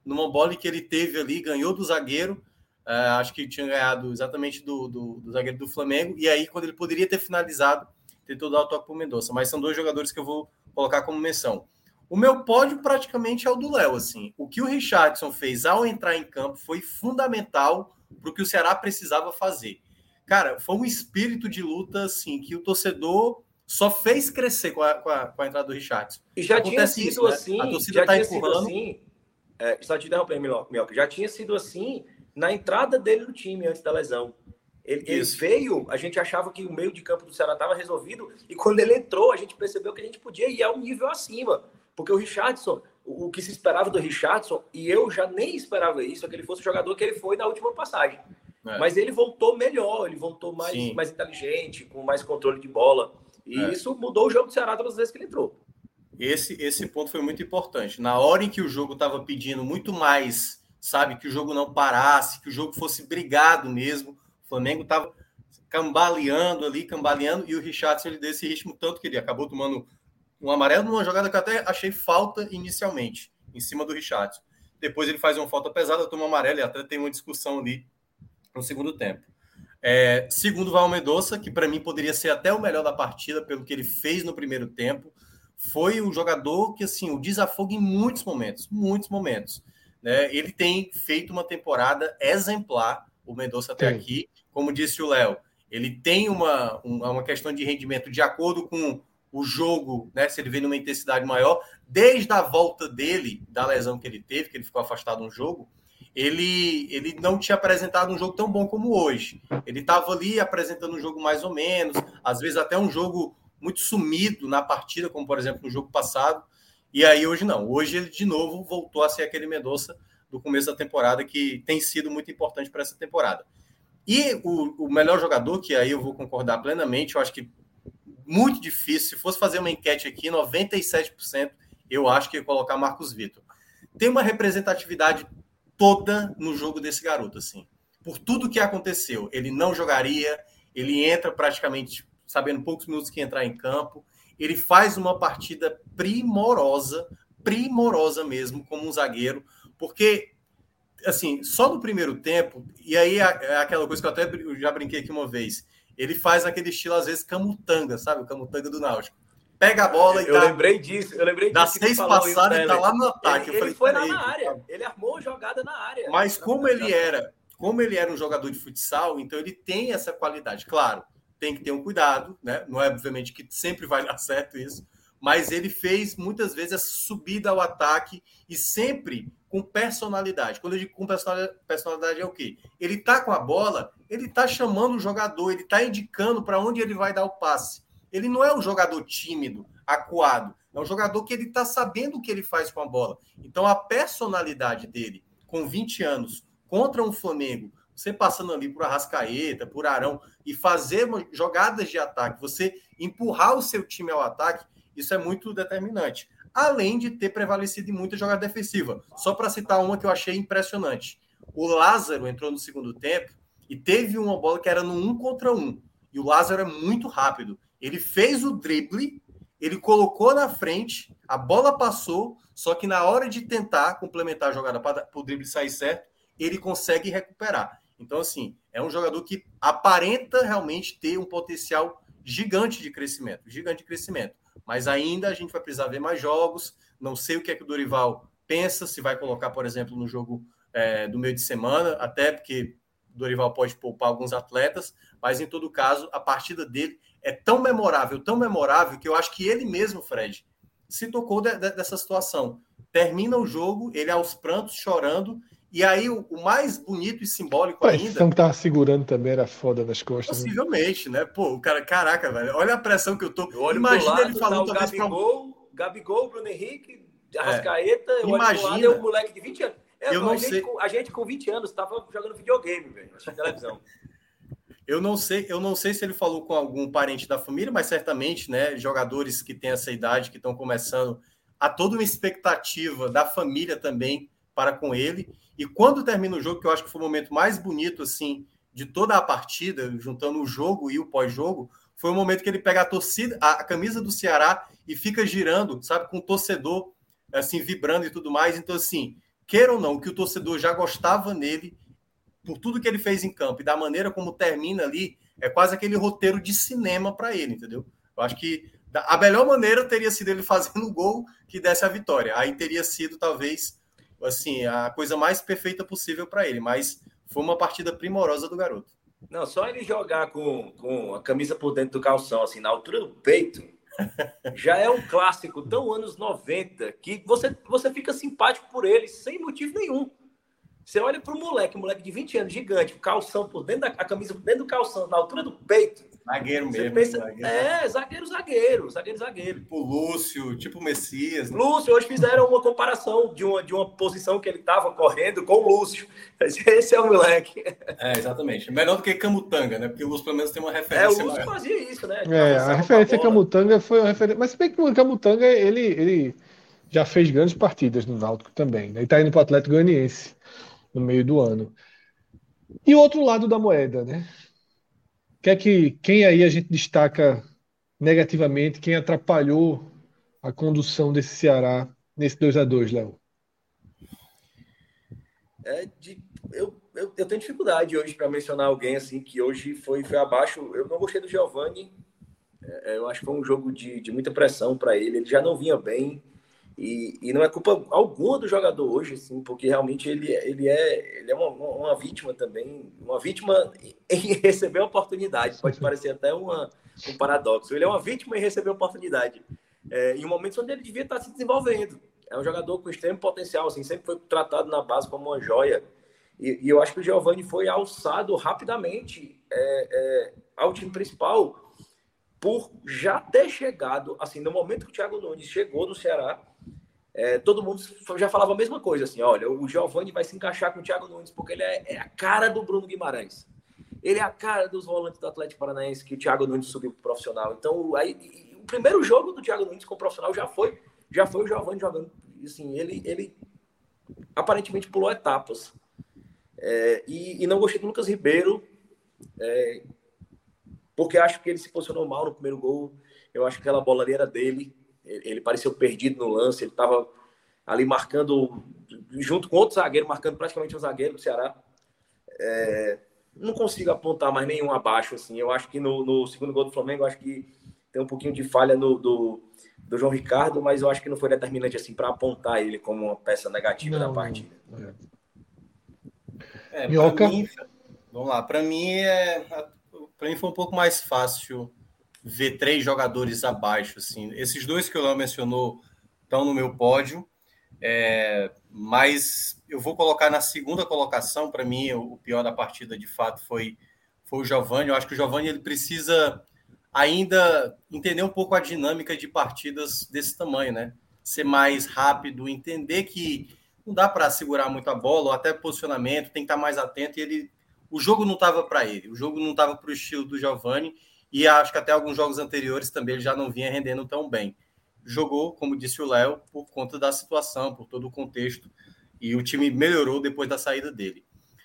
numa bola que ele teve ali, ganhou do zagueiro, uh, acho que tinha ganhado exatamente do, do, do zagueiro do Flamengo, e aí quando ele poderia ter finalizado, tentou dar o toque para o Mendonça. Mas são dois jogadores que eu vou colocar como menção. O meu pódio praticamente é o do Léo, assim. O que o Richarlison fez ao entrar em campo foi fundamental para o que o Ceará precisava fazer. Cara, foi um espírito de luta, assim, que o torcedor só fez crescer com a, com a, com a entrada do Richarlison. E já Acontece tinha sido isso, né? assim, A torcida já tá tinha empurrando. sido assim, é, só te interromper, Mioca, já tinha sido assim na entrada dele no time antes da lesão. Ele, ele veio, a gente achava que o meio de campo do Ceará estava resolvido, e quando ele entrou, a gente percebeu que a gente podia ir a um nível acima. Porque o Richarlison, o, o que se esperava do Richarlison, e eu já nem esperava isso, é que ele fosse o jogador que ele foi na última passagem. É. Mas ele voltou melhor, ele voltou mais, mais inteligente, com mais controle de bola. E é. isso mudou o jogo do Ceará todas as vezes que ele entrou. Esse, esse ponto foi muito importante. Na hora em que o jogo estava pedindo muito mais, sabe, que o jogo não parasse, que o jogo fosse brigado mesmo, o Flamengo estava cambaleando ali, cambaleando, e o Richarlison ele deu esse ritmo tanto que ele acabou tomando um amarelo numa jogada que eu até achei falta inicialmente, em cima do Richarlison. Depois ele faz uma falta pesada, toma um amarelo e até tem uma discussão ali no segundo tempo. É, segundo, vai o Mendonça, que para mim poderia ser até o melhor da partida pelo que ele fez no primeiro tempo. Foi um jogador que, assim, o desafogo em muitos momentos, muitos momentos. Né? Ele tem feito uma temporada exemplar, o Mendonça até Sim. aqui. Como disse o Léo, ele tem uma, uma questão de rendimento de acordo com o jogo, né? Se ele vem numa intensidade maior, desde a volta dele, da lesão que ele teve, que ele ficou afastado um jogo, ele, ele não tinha apresentado um jogo tão bom como hoje. Ele estava ali apresentando um jogo mais ou menos, às vezes até um jogo muito sumido na partida, como por exemplo no jogo passado, e aí hoje não. Hoje ele de novo voltou a ser aquele Mendonça do começo da temporada, que tem sido muito importante para essa temporada. E o, o melhor jogador, que aí eu vou concordar plenamente, eu acho que muito difícil, se fosse fazer uma enquete aqui, noventa e sete por cento eu acho que ia colocar Marcos Vitor. Tem uma representatividade toda no jogo desse garoto, assim. Por tudo que aconteceu, ele não jogaria, ele entra praticamente sabendo poucos minutos que entrar em campo, ele faz uma partida primorosa, primorosa mesmo, como um zagueiro, porque, assim, só no primeiro tempo, e aí é aquela coisa que eu até já brinquei aqui uma vez, ele faz aquele estilo, às vezes, camutanga, sabe? O camutanga do Náutico. Pega a bola e eu dá... Eu lembrei disso, eu lembrei disso. Dá seis passadas e tá lá no ataque. Ele, eu ele falei, foi lá na área, sabe? Ele armou a jogada na área. Mas como ele era, como ele era um jogador de futsal, então ele tem essa qualidade. Claro, tem que ter um cuidado, né? Não é, obviamente, que sempre vai dar certo isso, mas ele fez, muitas vezes, essa subida ao ataque e sempre com personalidade. Quando eu digo com personalidade, personalidade é o quê? Ele tá com a bola, ele tá chamando o jogador, ele tá indicando para onde ele vai dar o passe. Ele não é um jogador tímido, acuado. É um jogador que ele tá sabendo o que ele faz com a bola. Então, a personalidade dele, com vinte anos, contra um Flamengo, você passando ali por Arrascaeta, por Arão, e fazer jogadas de ataque, você empurrar o seu time ao ataque, isso é muito determinante. Além de ter prevalecido em muita jogada defensiva. Só para citar uma que eu achei impressionante. O Lázaro entrou no segundo tempo e teve uma bola que era no um contra um. E o Lázaro é muito rápido. Ele fez o drible, ele colocou na frente, a bola passou, só que na hora de tentar complementar a jogada para o drible sair certo, ele consegue recuperar. Então, assim, é um jogador que aparenta realmente ter um potencial gigante de crescimento. Gigante de crescimento. Mas ainda a gente vai precisar ver mais jogos. Não sei o que é que o Dorival pensa, se vai colocar, por exemplo, no jogo é, do meio de semana, até porque o Dorival pode poupar alguns atletas, mas em todo caso, a partida dele é tão memorável, tão memorável, que eu acho que ele mesmo, Fred, se tocou de, de, dessa situação. Termina o jogo, ele aos prantos, chorando, e aí o, o mais bonito e simbólico a ainda... A pressão que tava segurando também era foda nas costas. Possivelmente, né? né? Pô, o cara, caraca, velho, olha a pressão que eu tô... Eu olho Imagina lado, ele falando... Tá o Gabigol, pra... Gabigol, Bruno Henrique, Arrascaeta, é. eu Imagina... olho pro lado, é um moleque de vinte anos. É, eu não, não a, gente, sei... com, a gente com vinte anos tava jogando videogame, velho, assistindo televisão. Eu não sei, eu não sei se ele falou com algum parente da família, mas certamente, né, jogadores que têm essa idade, que estão começando, há toda uma expectativa da família também para com ele. E quando termina o jogo, que eu acho que foi o momento mais bonito, assim, de toda a partida, juntando o jogo e o pós-jogo, foi o momento que ele pega a torcida, a camisa do Ceará e fica girando, sabe, com o torcedor, assim, vibrando e tudo mais. Então, assim, queira ou não, que o torcedor já gostava nele, por tudo que ele fez em campo e da maneira como termina ali, é quase aquele roteiro de cinema para ele, entendeu? Eu acho que a melhor maneira teria sido ele fazendo o gol que desse a vitória. Aí teria sido, talvez, assim, a coisa mais perfeita possível para ele. Mas foi uma partida primorosa do garoto. Não, só ele jogar com, com a camisa por dentro do calção, assim, na altura do peito, já é um clássico tão anos noventa que você, você fica simpático por ele sem motivo nenhum. Você olha para o moleque, um moleque de vinte anos, gigante, o calção por dentro da a camisa por dentro do calção, na altura do peito. Zagueiro você mesmo. Pensa, zagueiro. É, zagueiro, zagueiro, zagueiro, zagueiro. Tipo Lúcio, tipo Messias. Né? Lúcio, hoje fizeram uma comparação de uma, de uma posição que ele estava correndo com o Lúcio. Esse é o moleque. É, exatamente. Melhor do que Camutanga, né? Porque o Lúcio pelo menos tem uma É, referência. o Lúcio maior. fazia isso, né? É, a referência a Camutanga foi uma referência. Mas se bem que o Camutanga, ele, ele já fez grandes partidas no Náutico também, né? Ele tá indo para o Atlético Goianiense no meio do ano. E o outro lado da moeda, né? Que é que, quem aí a gente destaca negativamente, quem atrapalhou a condução desse Ceará nesse dois a dois, Léo? É de, eu, eu, eu tenho dificuldade hoje para mencionar alguém assim que hoje foi, foi abaixo. Eu não gostei do Giovani. É, eu acho que foi um jogo de, de muita pressão para ele. Ele já não vinha bem. E, e não é culpa alguma do jogador hoje, assim, porque realmente ele, ele é, ele é uma, uma vítima também, uma vítima em receber a oportunidade. Pode parecer até uma, um paradoxo. Ele é uma vítima em receber a oportunidade. É, em momentos onde ele devia estar se desenvolvendo. É um jogador com extremo potencial, assim, sempre foi tratado na base como uma joia. E, e eu acho que o Giovani foi alçado rapidamente é, é, ao time principal por já ter chegado, assim, no momento que o Thiago Nunes chegou no Ceará, é, todo mundo já falava a mesma coisa, assim, olha, o Giovani vai se encaixar com o Thiago Nunes, porque ele é, é a cara do Bruno Guimarães. Ele é a cara dos volantes do Atlético Paranaense que o Thiago Nunes subiu pro profissional. Então, aí, o primeiro jogo do Thiago Nunes com o profissional já foi, já foi o Giovani jogando. Assim, ele, ele aparentemente pulou etapas. É, e, e não gostei do Lucas Ribeiro, é, porque acho que ele se posicionou mal no primeiro gol. Eu acho que aquela bola ali era dele. Ele, ele pareceu perdido no lance. Ele estava ali marcando, junto com outro zagueiro, marcando praticamente um zagueiro do Ceará. É, não consigo apontar mais nenhum abaixo. Assim. Eu acho que no, no segundo gol do Flamengo, eu acho que tem um pouquinho de falha no, do, do João Ricardo, mas eu acho que não foi determinante assim, para apontar ele como uma peça negativa não, da partida. Não, é. É, para mim, vamos lá, para mim é, para mim foi um pouco mais fácil ver três jogadores abaixo, assim. Esses dois que o Léo mencionou estão no meu pódio, é, mas eu vou colocar na segunda colocação. Para mim, o pior da partida de fato foi foi o Giovani. Eu acho que o Giovani ele precisa ainda entender um pouco a dinâmica de partidas desse tamanho, né? Ser mais rápido, entender que não dá para segurar muito a bola, ou até posicionamento, tem que estar mais atento. E ele, o jogo não estava para ele, o jogo não estava para o estilo do Giovani, e acho que até alguns jogos anteriores também ele já não vinha rendendo tão bem. Jogou, como disse o Léo, por conta da situação, por todo o contexto, e o time melhorou depois da saída dele.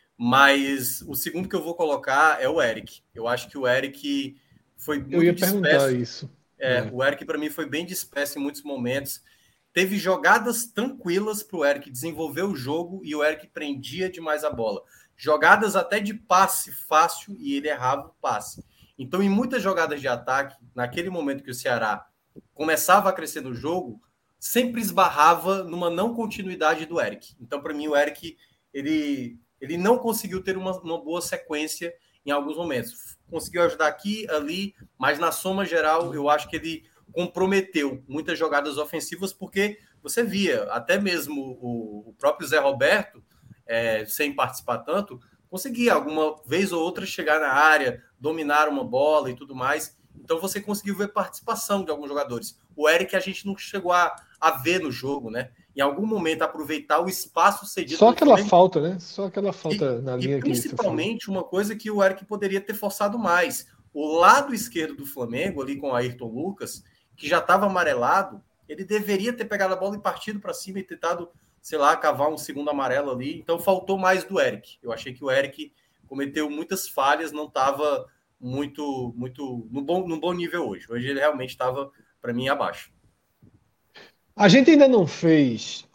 Mas o segundo que eu vou colocar é o Eric. Eu acho que o Eric foi muito Eu ia disperso. perguntar isso. É, é. O Eric, para mim, foi bem disperso em muitos momentos. Teve jogadas tranquilas para o Eric desenvolver o jogo e o Eric prendia demais a bola. Jogadas até de passe fácil e ele errava o passe. Então, em muitas jogadas de ataque, naquele momento que o Ceará começava a crescer no jogo, sempre esbarrava numa não continuidade do Eric. Então, para mim, o Eric ele, ele não conseguiu ter uma, uma boa sequência em alguns momentos. Conseguiu ajudar aqui, ali, mas na soma geral, eu acho que ele comprometeu muitas jogadas ofensivas, porque você via, até mesmo o, o próprio Zé Roberto, é, sem participar tanto, conseguia alguma vez ou outra chegar na área, dominar uma bola e tudo mais. Então você conseguiu ver participação de alguns jogadores. O Eric a gente não chegou a, a ver no jogo, né? Em algum momento aproveitar o espaço cedido. Só aquela Flamengo. falta, né? Só aquela falta e, na linha e que principalmente uma coisa que o Eric poderia ter forçado mais. O lado esquerdo do Flamengo, ali com o Ayrton Lucas, que já estava amarelado, ele deveria ter pegado a bola e partido para cima e tentado, sei lá, cavar um segundo amarelo ali. Então faltou mais do Eric. Eu achei que o Eric cometeu muitas falhas, não estava muito, muito no bom, no bom nível hoje. Hoje ele realmente estava, para mim, abaixo. A gente ainda não fez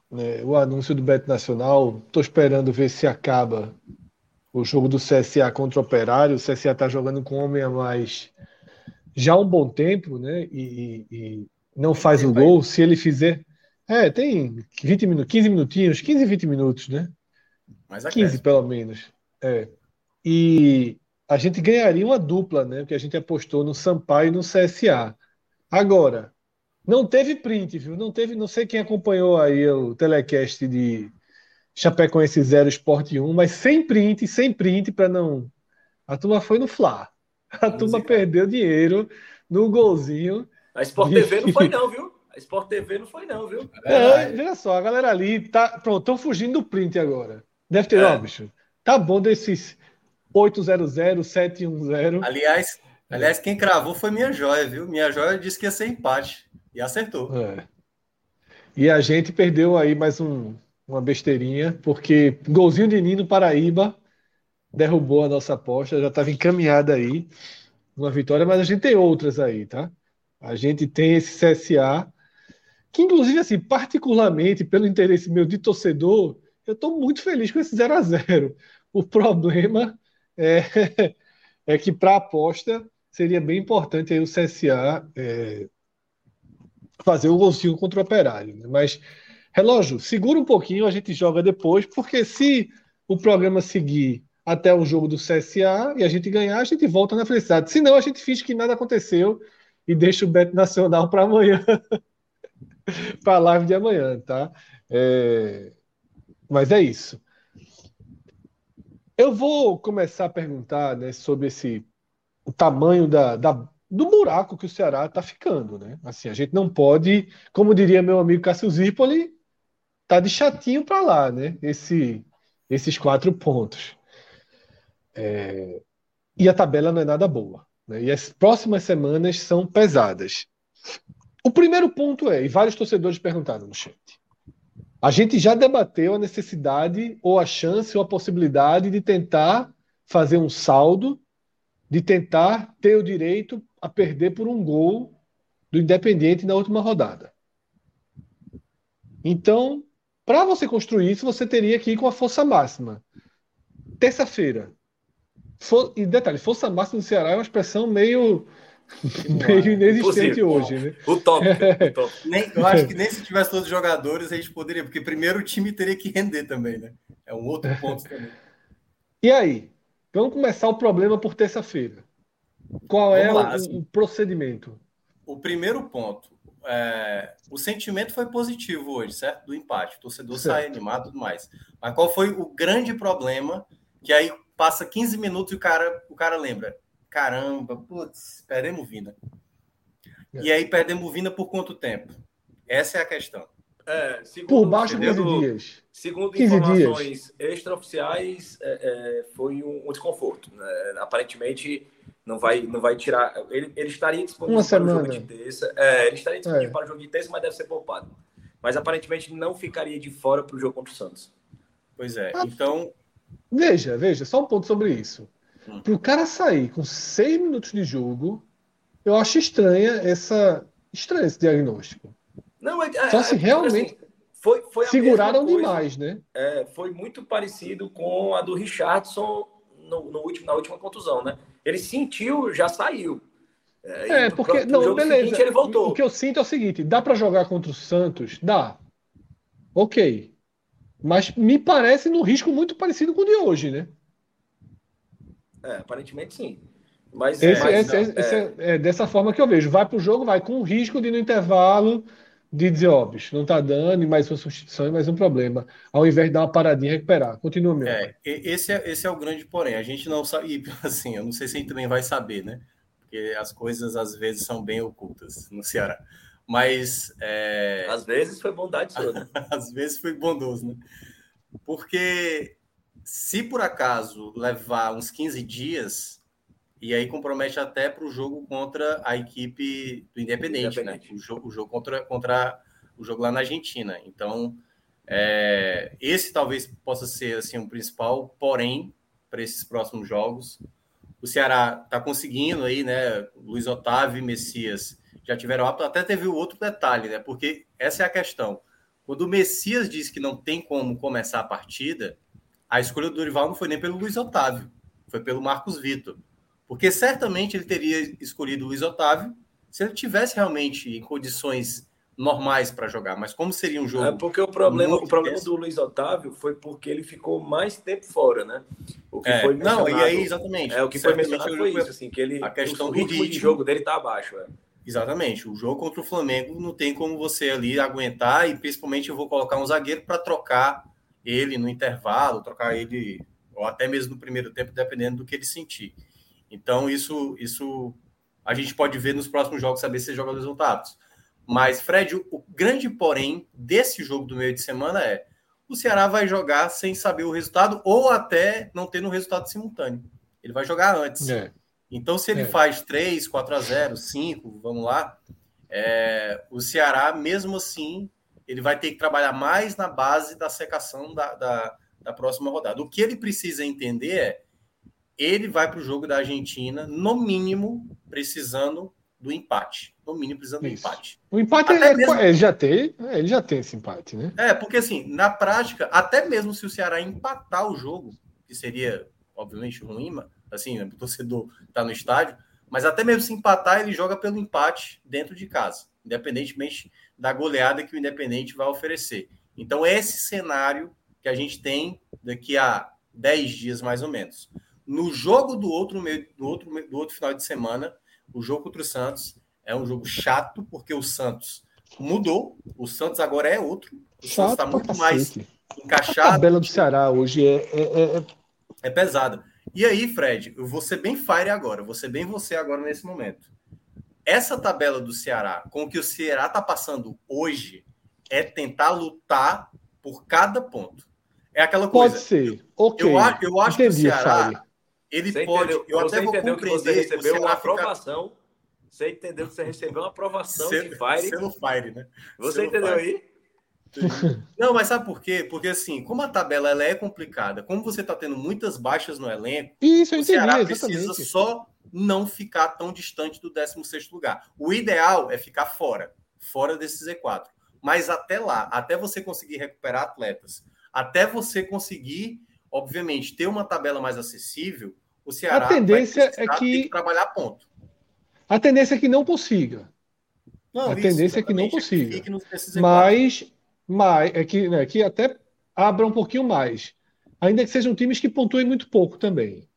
né, o anúncio do Bet Nacional. Estou esperando ver se acaba o jogo do C S A contra o Operário. O C S A está jogando com um homem a mais já há um bom tempo, né? E, e- e não Muito faz o tempo gol. ainda. Se ele fizer. É, tem vinte minutos, quinze minutinhos, quinze, vinte minutos, né? Mas quinze acresce. pelo menos. É. E a gente ganharia uma dupla, né? Porque a gente apostou no Sampaio e no C S A. Agora, não teve print, viu? Não teve, não sei quem acompanhou aí o telecast de Chapecoense zero Sport um, mas sem print, sem print para não. A turma foi no Fla. A Vamos turma zicar. perdeu dinheiro no golzinho A Sport de. T V não foi não, viu? A Sport T V não foi não, viu? É É, verdade. veja só, a galera ali tá. Pronto, estão fugindo do print agora. Deve ter, ó, É. bicho. Tá bom desses oito zero zero, sete um zero. Aliás, aliás, quem cravou foi minha joia, viu? Minha joia disse que ia ser empate. E acertou. É. E a gente perdeu aí mais um, uma besteirinha, porque golzinho de Nino Paraíba derrubou a nossa aposta, já estava encaminhada aí uma vitória, mas a gente tem outras aí, tá? A gente tem esse C S A, que inclusive, assim, particularmente pelo interesse meu de torcedor, eu estou muito feliz com esse zero a zero. O problema é, é que para a aposta seria bem importante aí o C S A é, fazer o golzinho contra o Operário, né? Mas, relógio, segura um pouquinho, a gente joga depois, porque se o programa seguir até o jogo do C S A e a gente ganhar, a gente volta na felicidade. Se não, a gente finge que nada aconteceu e deixa o Bet Nacional para amanhã, para a live de amanhã, tá? É, mas é isso. Eu vou começar a perguntar, né, sobre esse o tamanho da, da- do buraco que o Ceará está ficando, né? Assim, a gente não pode, como diria meu amigo Cássio Zirpoli, tá de chatinho para lá, né? Esse, esses quatro pontos. E a tabela não é nada boa, né? E as próximas semanas são pesadas. O primeiro ponto é, e vários torcedores perguntaram no chat, a gente já debateu a necessidade ou a chance ou a possibilidade de tentar fazer um saldo, de tentar ter o direito a perder por um gol do Independiente na última rodada. Então, para você construir isso, você teria que ir com a força máxima. Terça-feira. For- E detalhe, força máxima do Ceará é uma expressão meio, Que não há, meio né? inexistente Impossível. hoje, né? Utópica. Utópica. Nem, eu acho que nem se tivesse todos os jogadores a gente poderia, porque primeiro o time teria que render também, né? É um outro ponto também. E aí? Vamos começar o problema por terça-feira. Qual é Vamos o, lá. o- Assim, o procedimento? o primeiro ponto, é, o sentimento foi positivo hoje, certo? Do empate. O torcedor sai Certo. animado e tudo mais. Mas qual foi o grande problema? Que aí passa quinze minutos e o cara, o cara lembra. Caramba, putz, perdemos Vina. E aí perdemos Vina por quanto tempo? Essa é a questão. É, Por segundo, baixo, quinze segundo, dias. segundo quinze dias. informações extraoficiais, é, é, foi um, um desconforto, né? Aparentemente, não vai, não vai tirar. Ele, ele estaria Uma disponível para o jogo de semana. terça. É, ele estaria disponível É. para o jogo de terça, mas deve ser poupado. Mas aparentemente não ficaria de fora para o jogo contra o Santos. Pois é. Ah, Então, veja, veja, só um ponto sobre isso. hum, Para o cara sair com seis minutos de jogo, eu acho estranha essa, estranho esse diagnóstico. Não, é, Só é, se é porque realmente assim, foi, foi a mesma seguraram coisa. demais, né? É, foi muito parecido com a do Richardson no, no último, na última contusão, né? Ele sentiu, já saiu. É, e É, pro, pro, porque, pro não, jogo seguinte beleza. ele O que voltou. eu sinto é o seguinte: dá para jogar contra o Santos? Dá. Ok. Mas me parece num risco muito parecido com o de hoje, né? É, aparentemente sim. Mas, Esse, é, mas esse, não. esse é, é dessa forma que eu vejo. Vai pro jogo, vai com o risco de no intervalo de dizer, ó, bicho, não tá dando, e mais uma substituição e mais um problema. Ao invés de dar uma paradinha e recuperar. Continua, Mioca. É, esse é, esse é o grande porém. A gente não sabe, e, assim, eu não sei se a gente também vai saber, né? Porque as coisas às vezes são bem ocultas no Ceará. Mas é, às vezes foi bondade sua, né? às vezes foi bondoso, né? Porque se por acaso levar uns quinze dias, e aí compromete até para o jogo contra a equipe do Independente, né? O jogo, o jogo contra, contra o jogo lá na Argentina. Então, é, esse talvez possa ser assim um principal, porém, para esses próximos jogos. O Ceará está conseguindo aí, né? Luiz Otávio e Messias já tiveram apto. Até teve outro detalhe, né? Porque essa é a questão. Quando o Messias disse que não tem como começar a partida, a escolha do Dorival não foi nem pelo Luiz Otávio, foi pelo Marcos Vitor. Porque certamente ele teria escolhido o Luiz Otávio se ele tivesse realmente em condições normais para jogar. Mas como seria um jogo... É porque o problema, o problema do Luiz Otávio foi porque ele ficou mais tempo fora, né? O que é, foi não, e aí, exatamente. É, o que foi mencionado foi isso, assim, que ele, a questão o, do ritmo ritmo de jogo dele tá abaixo. É. Exatamente. O jogo contra o Flamengo não tem como você ali aguentar, e principalmente eu vou colocar um zagueiro para trocar ele no intervalo, trocar ele, ou até mesmo no primeiro tempo, dependendo do que ele sentir. Então, isso, isso a gente pode ver nos próximos jogos, saber se joga os resultados. Mas, Fred, o, o grande porém desse jogo do meio de semana é o Ceará vai jogar sem saber o resultado ou até não tendo um resultado simultâneo. Ele vai jogar antes. É. Então, se ele é. faz três, quatro a zero, cinco, vamos lá, é, o Ceará, mesmo assim, ele vai ter que trabalhar mais na base da secação da, da, da próxima rodada. O que ele precisa entender é ele vai para o jogo da Argentina, no mínimo, precisando do empate. No mínimo, precisando Isso. do empate. O empate é, mesmo... ele, já tem, ele já tem esse empate, né? É, porque assim, na prática, até mesmo se o Ceará empatar o jogo, que seria, obviamente, ruim, assim, né, o torcedor tá no estádio, mas até mesmo se empatar, ele joga pelo empate dentro de casa, independentemente da goleada que o Independente vai oferecer. Então, é esse cenário que a gente tem daqui a dez dias, mais ou menos. No jogo do outro, meio, do, outro, do outro final de semana, o jogo contra o Santos é um jogo chato, porque o Santos mudou. O Santos agora é outro. O chato Santos está muito mais encaixado. A tabela do Ceará hoje é, é, é... é pesada. E aí, Fred, eu vou ser bem fire agora. Eu vou ser bem você agora nesse momento. Essa tabela do Ceará, com o que o Ceará está passando hoje, é tentar lutar por cada ponto. É aquela coisa. Pode ser. Ok. Eu, eu acho Entendi, que o Ceará... Fire. Ele você pode. Entendeu, eu você até vou entendeu que você recebeu uma aprovação. Fica... Você entendeu que você recebeu uma aprovação selo, de Fire. Selo Fire, né? Você selo entendeu Fire. aí? Não, mas sabe por quê? Porque assim, como a tabela ela é complicada, como você está tendo muitas baixas no elenco, Isso, eu o entendi, Ceará exatamente. precisa só não ficar tão distante do décimo sexto lugar. O ideal é ficar fora, fora desse Z quatro. Mas até lá, até você conseguir recuperar atletas, até você conseguir, obviamente, ter uma tabela mais acessível, o Ceará a tendência é que... que trabalhar ponto. A tendência é que não consiga. Não, a isso, tendência é que não consiga. É que mas, mas é que, né, que até abra um pouquinho mais. Ainda que sejam times que pontuem muito pouco também.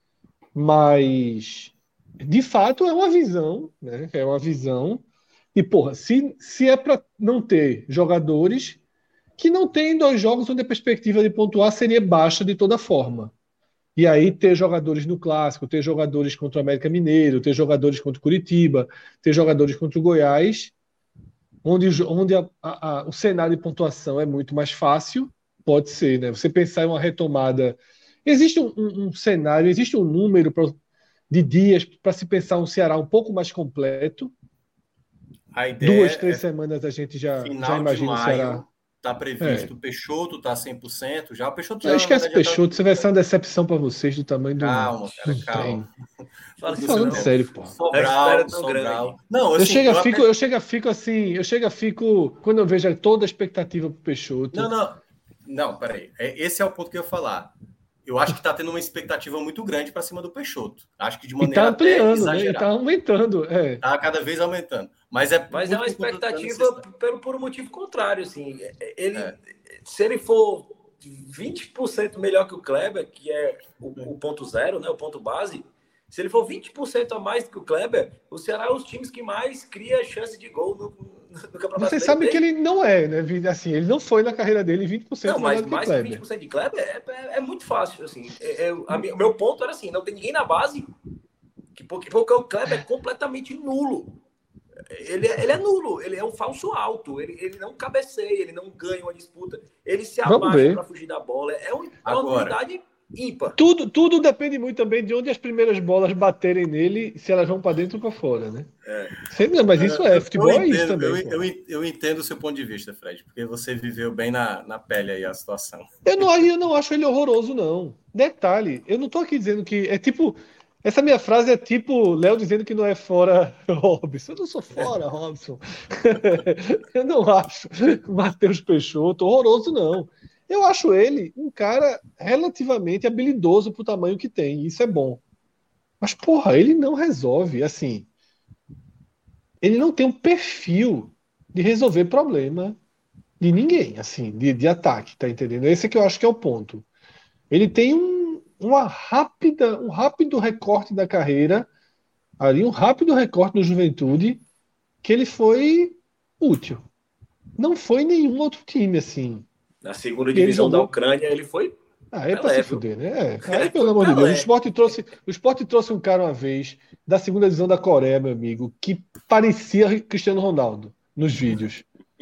Mas, de fato, é uma visão, né? É uma visão. E, porra, se, se é para não ter jogadores, que não tem dois jogos onde a perspectiva de pontuar seria baixa de toda forma. E aí ter jogadores no Clássico, ter jogadores contra o América Mineiro, ter jogadores contra o Curitiba, ter jogadores contra o Goiás, onde, onde a, a, a, o cenário de pontuação é muito mais fácil, pode ser, né? Você pensar em uma retomada... Existe um, um, um cenário, existe um número pra, de dias para se pensar um Ceará um pouco mais completo. A ideia Duas, três é semanas a gente já, final já imagina de maio, o Ceará. Tá previsto, É. o Peixoto tá cem por cento, já o Peixoto já... Não, esquece verdade, Peixoto, já você vai ser uma decepção para vocês do tamanho do... Calma, cara, do calma. Fala Tô falando não. sério, pô. Sobral, Sobral. Não, assim, eu chego, eu, fico, até... eu chego, fico assim, eu chego, fico quando eu vejo toda a expectativa pro Peixoto. Não, não, não, peraí. Esse é o ponto que eu ia falar. Eu acho que tá tendo uma expectativa muito grande para cima do Peixoto. Acho que de maneira e tá ampliando, até exagerada. Né? E tá aumentando, é. Tá cada vez aumentando. Mas é, Mas é uma expectativa pelo por um motivo contrário, assim. Ele, é. Se ele for vinte por cento melhor que o Kleber, que é o, o ponto zero, né, o ponto base, se ele for vinte por cento a mais do que o Kleber, o Ceará é um dos times que mais cria chance de gol no, no Campeonato Brasileiro. Você sabe dele. Que ele não é, né? Assim, ele não foi na carreira dele vinte por cento não, mas que mais que vinte por cento de Kleber é, é, é muito fácil. Assim. É, é, o meu ponto era assim, não tem ninguém na base, que, porque, porque o Kleber é completamente nulo. Ele é, ele é nulo, ele é um falso alto, ele, ele não cabeceia, ele não ganha uma disputa, ele se abaixa para fugir da bola. É uma, é uma unidade ímpar. Tudo, tudo depende muito também de onde as primeiras bolas baterem nele, se elas vão para dentro ou para fora, né? É. Sempre, mas isso é, futebol entendo, é isso também. Eu, eu, eu entendo o seu ponto de vista, Fred, porque você viveu bem na, na pele aí a situação. Eu não, eu não acho ele horroroso, não. Detalhe, eu não tô aqui dizendo que... É tipo... Essa minha frase é tipo Léo dizendo que não é fora Robson. Eu não sou fora, Robson. Eu não acho Matheus Peixoto horroroso, não. Eu acho ele um cara relativamente habilidoso pro tamanho que tem. Isso é bom. Mas, porra, ele não resolve. Assim, ele não tem um perfil de resolver problema de ninguém, assim, de, de ataque, tá entendendo? Esse é que eu acho que é o ponto. Ele tem um, uma rápida, um rápido recorte da carreira, ali, um rápido recorte no Juventude, que ele foi útil. Não foi nenhum outro time, assim. Na segunda E ele divisão da jogou. Ucrânia, ele foi Ah, é pra se Pelé, viu? fuder, né? É. Aí, pelo Foi amor de Deus, o Pelé. Sport trouxe, o Sport trouxe um cara uma vez da segunda divisão da Coreia, meu amigo, que parecia Cristiano Ronaldo nos vídeos.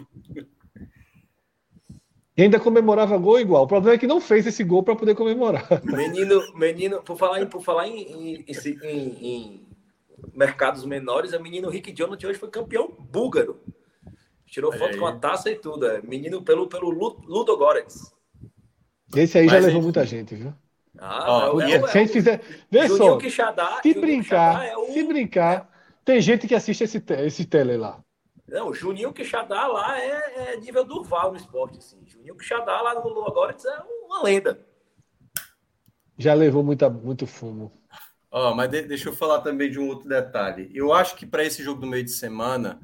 E ainda comemorava gol igual. O problema é que não fez esse gol para poder comemorar. Menino, menino, por falar em, por falar em, em, em, em mercados menores, o menino Rick Jonathan hoje foi campeão búlgaro. Tirou Olha foto aí. com a taça e tudo. É. Menino pelo, pelo Ludogorets. Esse aí já Mas, levou enfim. muita gente, viu? Ah, Ó, é, e é, Puta, o- se é a gente o fizer. Vê Juninho só. Quixadá. Se Juninho Quixadá brincar, é o. se É, brincar, tem gente que assiste esse, te- esse tele lá. não, Juninho Quixadá lá é, é nível Durval no esporte. Assim. Juninho Quixadá lá no Ludogorets é uma lenda. Já levou muita, muito fumo. Ó, mas de- deixa eu falar também de um outro detalhe. Eu acho que para esse jogo do meio de semana,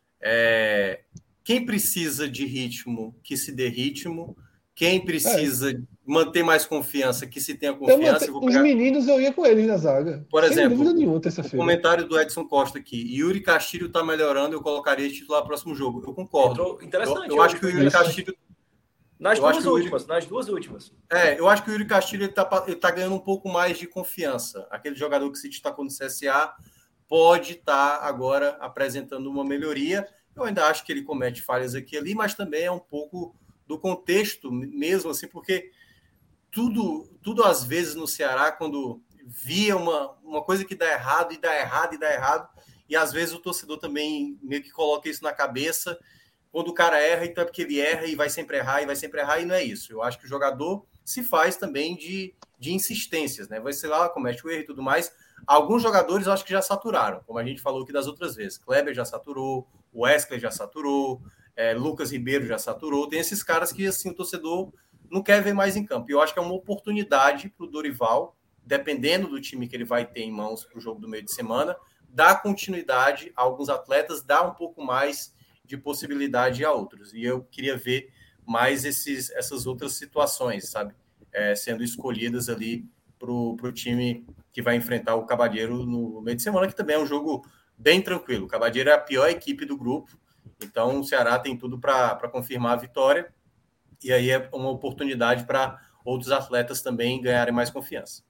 é, quem precisa de ritmo, que se dê ritmo. Quem É. precisa manter mais confiança, que se tenha Eu confiança. mante... Eu vou Os pegar, meninos eu ia com eles na zaga. por Sem exemplo, dúvida nenhuma, o, o terça-feira. comentário do Edson Costa aqui. Yuri Castilho está melhorando, eu colocaria esse titular no próximo jogo. Eu concordo. Entrou Eu, interessante eu acho hoje, que o foi Yuri Isso. interessante. Castilho. Nas Eu acho duas que o Yuri, últimas, nas duas últimas. é, eu acho que o Yuri Castilho ele tá, ele tá ganhando um pouco mais de confiança. Aquele jogador que se destacou no C S A pode estar agora apresentando uma melhoria. Eu ainda acho que ele comete falhas aqui e ali, mas também é um pouco do contexto mesmo, assim, porque tudo, tudo às vezes no Ceará, quando via uma, uma coisa que dá errado, e dá errado, e dá errado, e às vezes o torcedor também meio que coloca isso na cabeça. Quando o cara erra, então é porque ele erra e vai sempre errar, e vai sempre errar, e não é isso. Eu acho que o jogador se faz também de, de insistências, né? Vai ser lá, comete o erro e tudo mais. Alguns jogadores eu acho que já saturaram, como a gente falou aqui das outras vezes. Kleber já saturou, o Wesley já saturou, é, Lucas Ribeiro já saturou. Tem esses caras que assim, o torcedor não quer ver mais em campo. E eu acho que é uma oportunidade para o Dorival, dependendo do time que ele vai ter em mãos para o jogo do meio de semana, dar continuidade a alguns atletas, dar um pouco mais de possibilidade a outros. E eu queria ver mais esses, essas outras situações, sabe? É, sendo escolhidas ali para o time que vai enfrentar o Cabadeiro no meio de semana, que também é um jogo bem tranquilo. O Cabadeiro é a pior equipe do grupo, então o Ceará tem tudo para confirmar a vitória, e aí é uma oportunidade para outros atletas também ganharem mais confiança.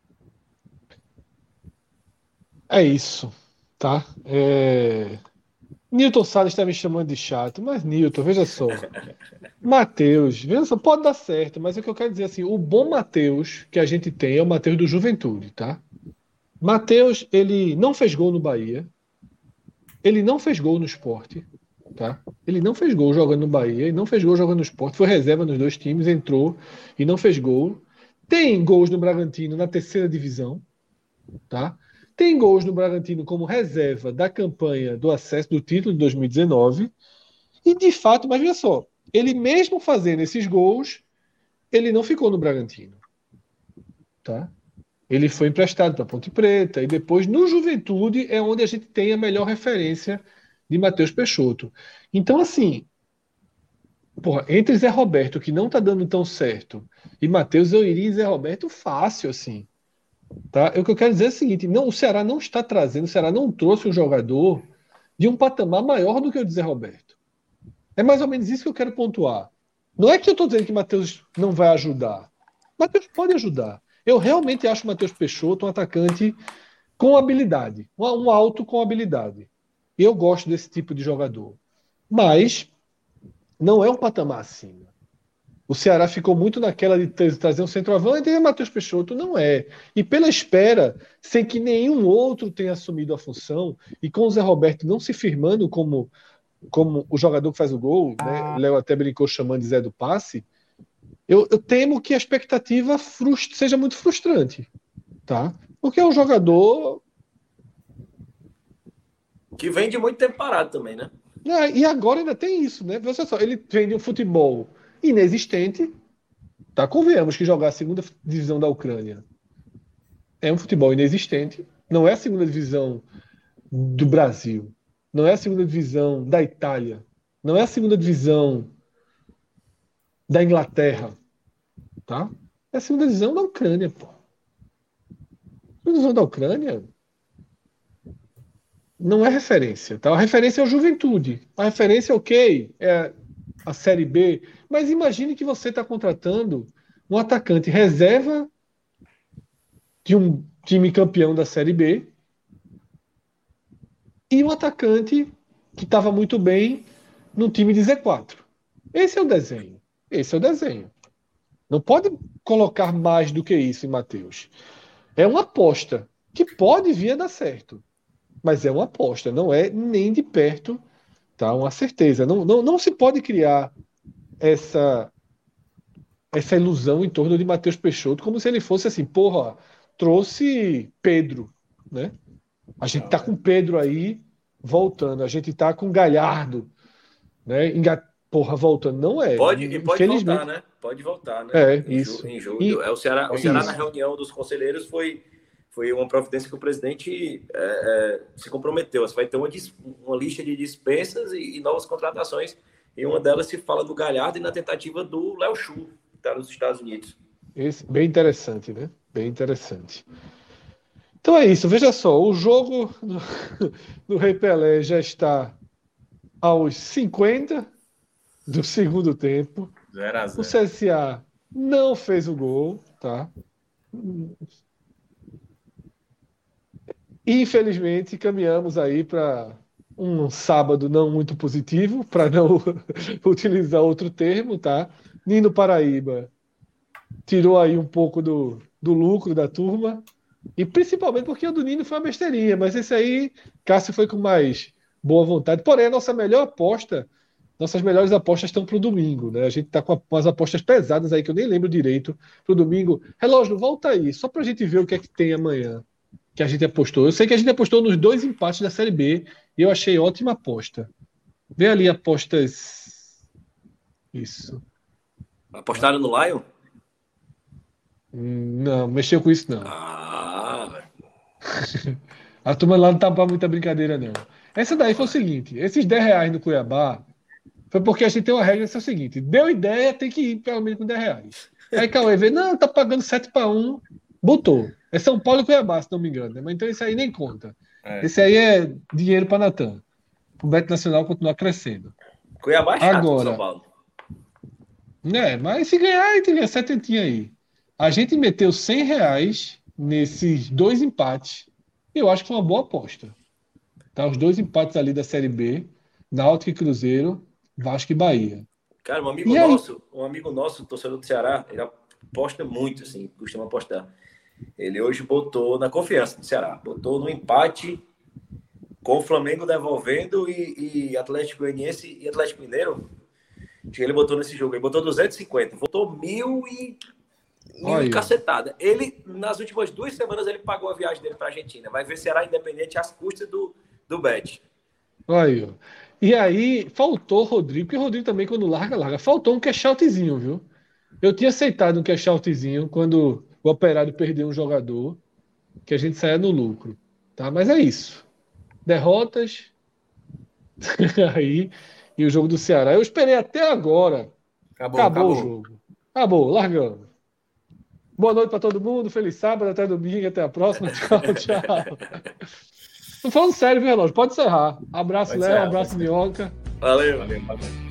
É isso, tá? É... Newton Salles está me chamando de chato, mas Newton, veja só. Matheus, veja só, pode dar certo, mas é o que eu quero dizer assim, o bom Matheus que a gente tem é o Matheus do Juventude, tá? Matheus, ele não fez gol no Bahia, ele não fez gol no Sport, tá? Ele não fez gol jogando no Bahia, e não fez gol jogando no Sport, foi reserva nos dois times, entrou e não fez gol. Tem gols no Bragantino na terceira divisão, tá? Tem gols no Bragantino como reserva da campanha do acesso do título de dois mil e dezenove. E de fato, mas veja só, ele mesmo fazendo esses gols, ele não ficou no Bragantino, tá? Ele foi emprestado para Ponte Preta e depois no Juventude é onde a gente tem a melhor referência de Matheus Peixoto. Então, assim, porra, entre Zé Roberto, que não tá dando tão certo, e Matheus, eu iria em Zé Roberto fácil, assim. Tá? O que eu quero dizer é o seguinte: não, o Ceará não está trazendo, o Ceará não trouxe um jogador de um patamar maior do que o de Zé Roberto. É mais ou menos isso que eu quero pontuar. Não é que eu estou dizendo que Matheus não vai ajudar. Matheus pode ajudar. Eu realmente acho o Matheus Peixoto um atacante com habilidade, um alto com habilidade. E eu gosto desse tipo de jogador. Mas não é um patamar acima. O Ceará ficou muito naquela de trazer um centroavante e Matheus Peixoto não é. E pela espera, sem que nenhum outro tenha assumido a função, e com o Zé Roberto não se firmando como, como o jogador que faz o gol, né? Léo até brincou chamando de Zé do Passe, eu, eu temo que a expectativa frust- seja muito frustrante. Tá? Porque é um jogador... Que vem de muito tempo parado também, né? Ah, e agora ainda tem isso, né? Veja só, ele vem de um futebol inexistente. Tá, convenhamos que jogar a segunda divisão da Ucrânia é um futebol inexistente. Não é a segunda divisão do Brasil. Não é a segunda divisão da Itália. Não é a segunda divisão da Inglaterra. Tá? É a segunda divisão da Ucrânia, pô. A segunda divisão da Ucrânia não é referência. Tá? A referência é o Juventude. A referência, ok, é a Série B. Mas imagine que você está contratando um atacante reserva de um time campeão da Série B e um atacante que estava muito bem no time de Z quatro. Esse é o desenho. Esse é o desenho. Não pode colocar mais do que isso em Matheus. É uma aposta que pode vir a dar certo. Mas é uma aposta, não é nem de perto, tá? Uma certeza. Não, não, não se pode criar essa, essa ilusão em torno de Matheus Peixoto como se ele fosse assim, porra, trouxe Pedro, né? A gente tá com Pedro aí voltando, a gente tá com Galhardo, né? Enga... Porra, voltando. Não é. Pode, e pode voltar, né? Pode voltar, né? É, em isso. Ju, em julho. E... É, o Ceará, o é Ceará isso. na reunião dos conselheiros foi, foi uma providência que o presidente é, é, se comprometeu. Você vai ter uma, uma lista de dispensas e, e novas contratações. E uma delas se fala do Galhardo e na tentativa do Léo Chu, que está nos Estados Unidos. Esse, bem interessante, né? Bem interessante. Então é isso. Veja só, o jogo do, do Rei Pelé já está aos cinquenta do segundo tempo. zero a zero. O C S A não fez o gol, tá? E, infelizmente, caminhamos aí para um sábado não muito positivo, para não utilizar outro termo, tá? Nino Paraíba tirou aí um pouco do, do lucro da turma, e principalmente porque o do Nino foi uma besteirinha, mas esse aí, Cássio foi com mais boa vontade. Porém, a nossa melhor aposta, nossas melhores apostas estão para o domingo, né? A gente está com umas apostas pesadas aí que eu nem lembro direito para o domingo. Relógio, volta aí, só para a gente ver o que é que tem amanhã que a gente apostou. Eu sei que a gente apostou nos dois empates da Série B e eu achei ótima aposta. Vê ali apostas. Isso. Apostaram no Lion? Não, mexeu com isso não. Ah, A turma lá não tá pra muita brincadeira, não. Essa daí foi o seguinte: esses dez reais no Cuiabá foi porque a gente tem uma regra que é o seguinte: deu ideia, tem que ir pelo menos com dez reais. Aí Cauê vê, não, tá pagando sete para um, botou. É São Paulo e Cuiabá, se não me engano. Né? Mas então isso aí nem conta. É. Esse aí é dinheiro para Natan. O Beto Nacional continuar crescendo. Cuiabá é chato Agora, do São Paulo. Né, mas se ganhar, aí tem setentinha aí. A gente meteu cem reais nesses dois empates. Eu acho que foi uma boa aposta. Tá? Os dois empates ali da Série B, Náutico e Cruzeiro, Vasco e Bahia. Cara, um amigo E aí? nosso, um amigo nosso, torcedor do Ceará, ele aposta muito, assim, costuma apostar. Ele hoje botou na confiança do Ceará, botou no empate com o Flamengo devolvendo e, e Atlético Goianiense e Atlético Mineiro. Que ele botou nesse jogo, ele botou duzentos e cinquenta, botou mil e mil Olha. e cacetada. Ele, nas últimas duas semanas, ele pagou a viagem dele para a Argentina. Vai ver Ceará Independente às custas do, do Bet. Olha. E aí, faltou o Rodrigo, porque o Rodrigo também, quando larga, larga. Faltou um cash outzinho, viu? Eu tinha aceitado um cash outzinho quando o Operário perdeu um jogador, que a gente saia no lucro. Tá? Mas é isso. Derrotas. aí, e o jogo do Ceará. Eu esperei até agora. Acabou, Acabou, acabou. o jogo. Acabou, largando. Boa noite para todo mundo. Feliz sábado, até domingo, até a próxima. Tchau, tchau. Tô falando sério, viu, Relógio? Pode encerrar. Abraço, Pode Léo, encerrar, abraço, pode encerrar. Minhoca. Valeu. Valeu, valeu.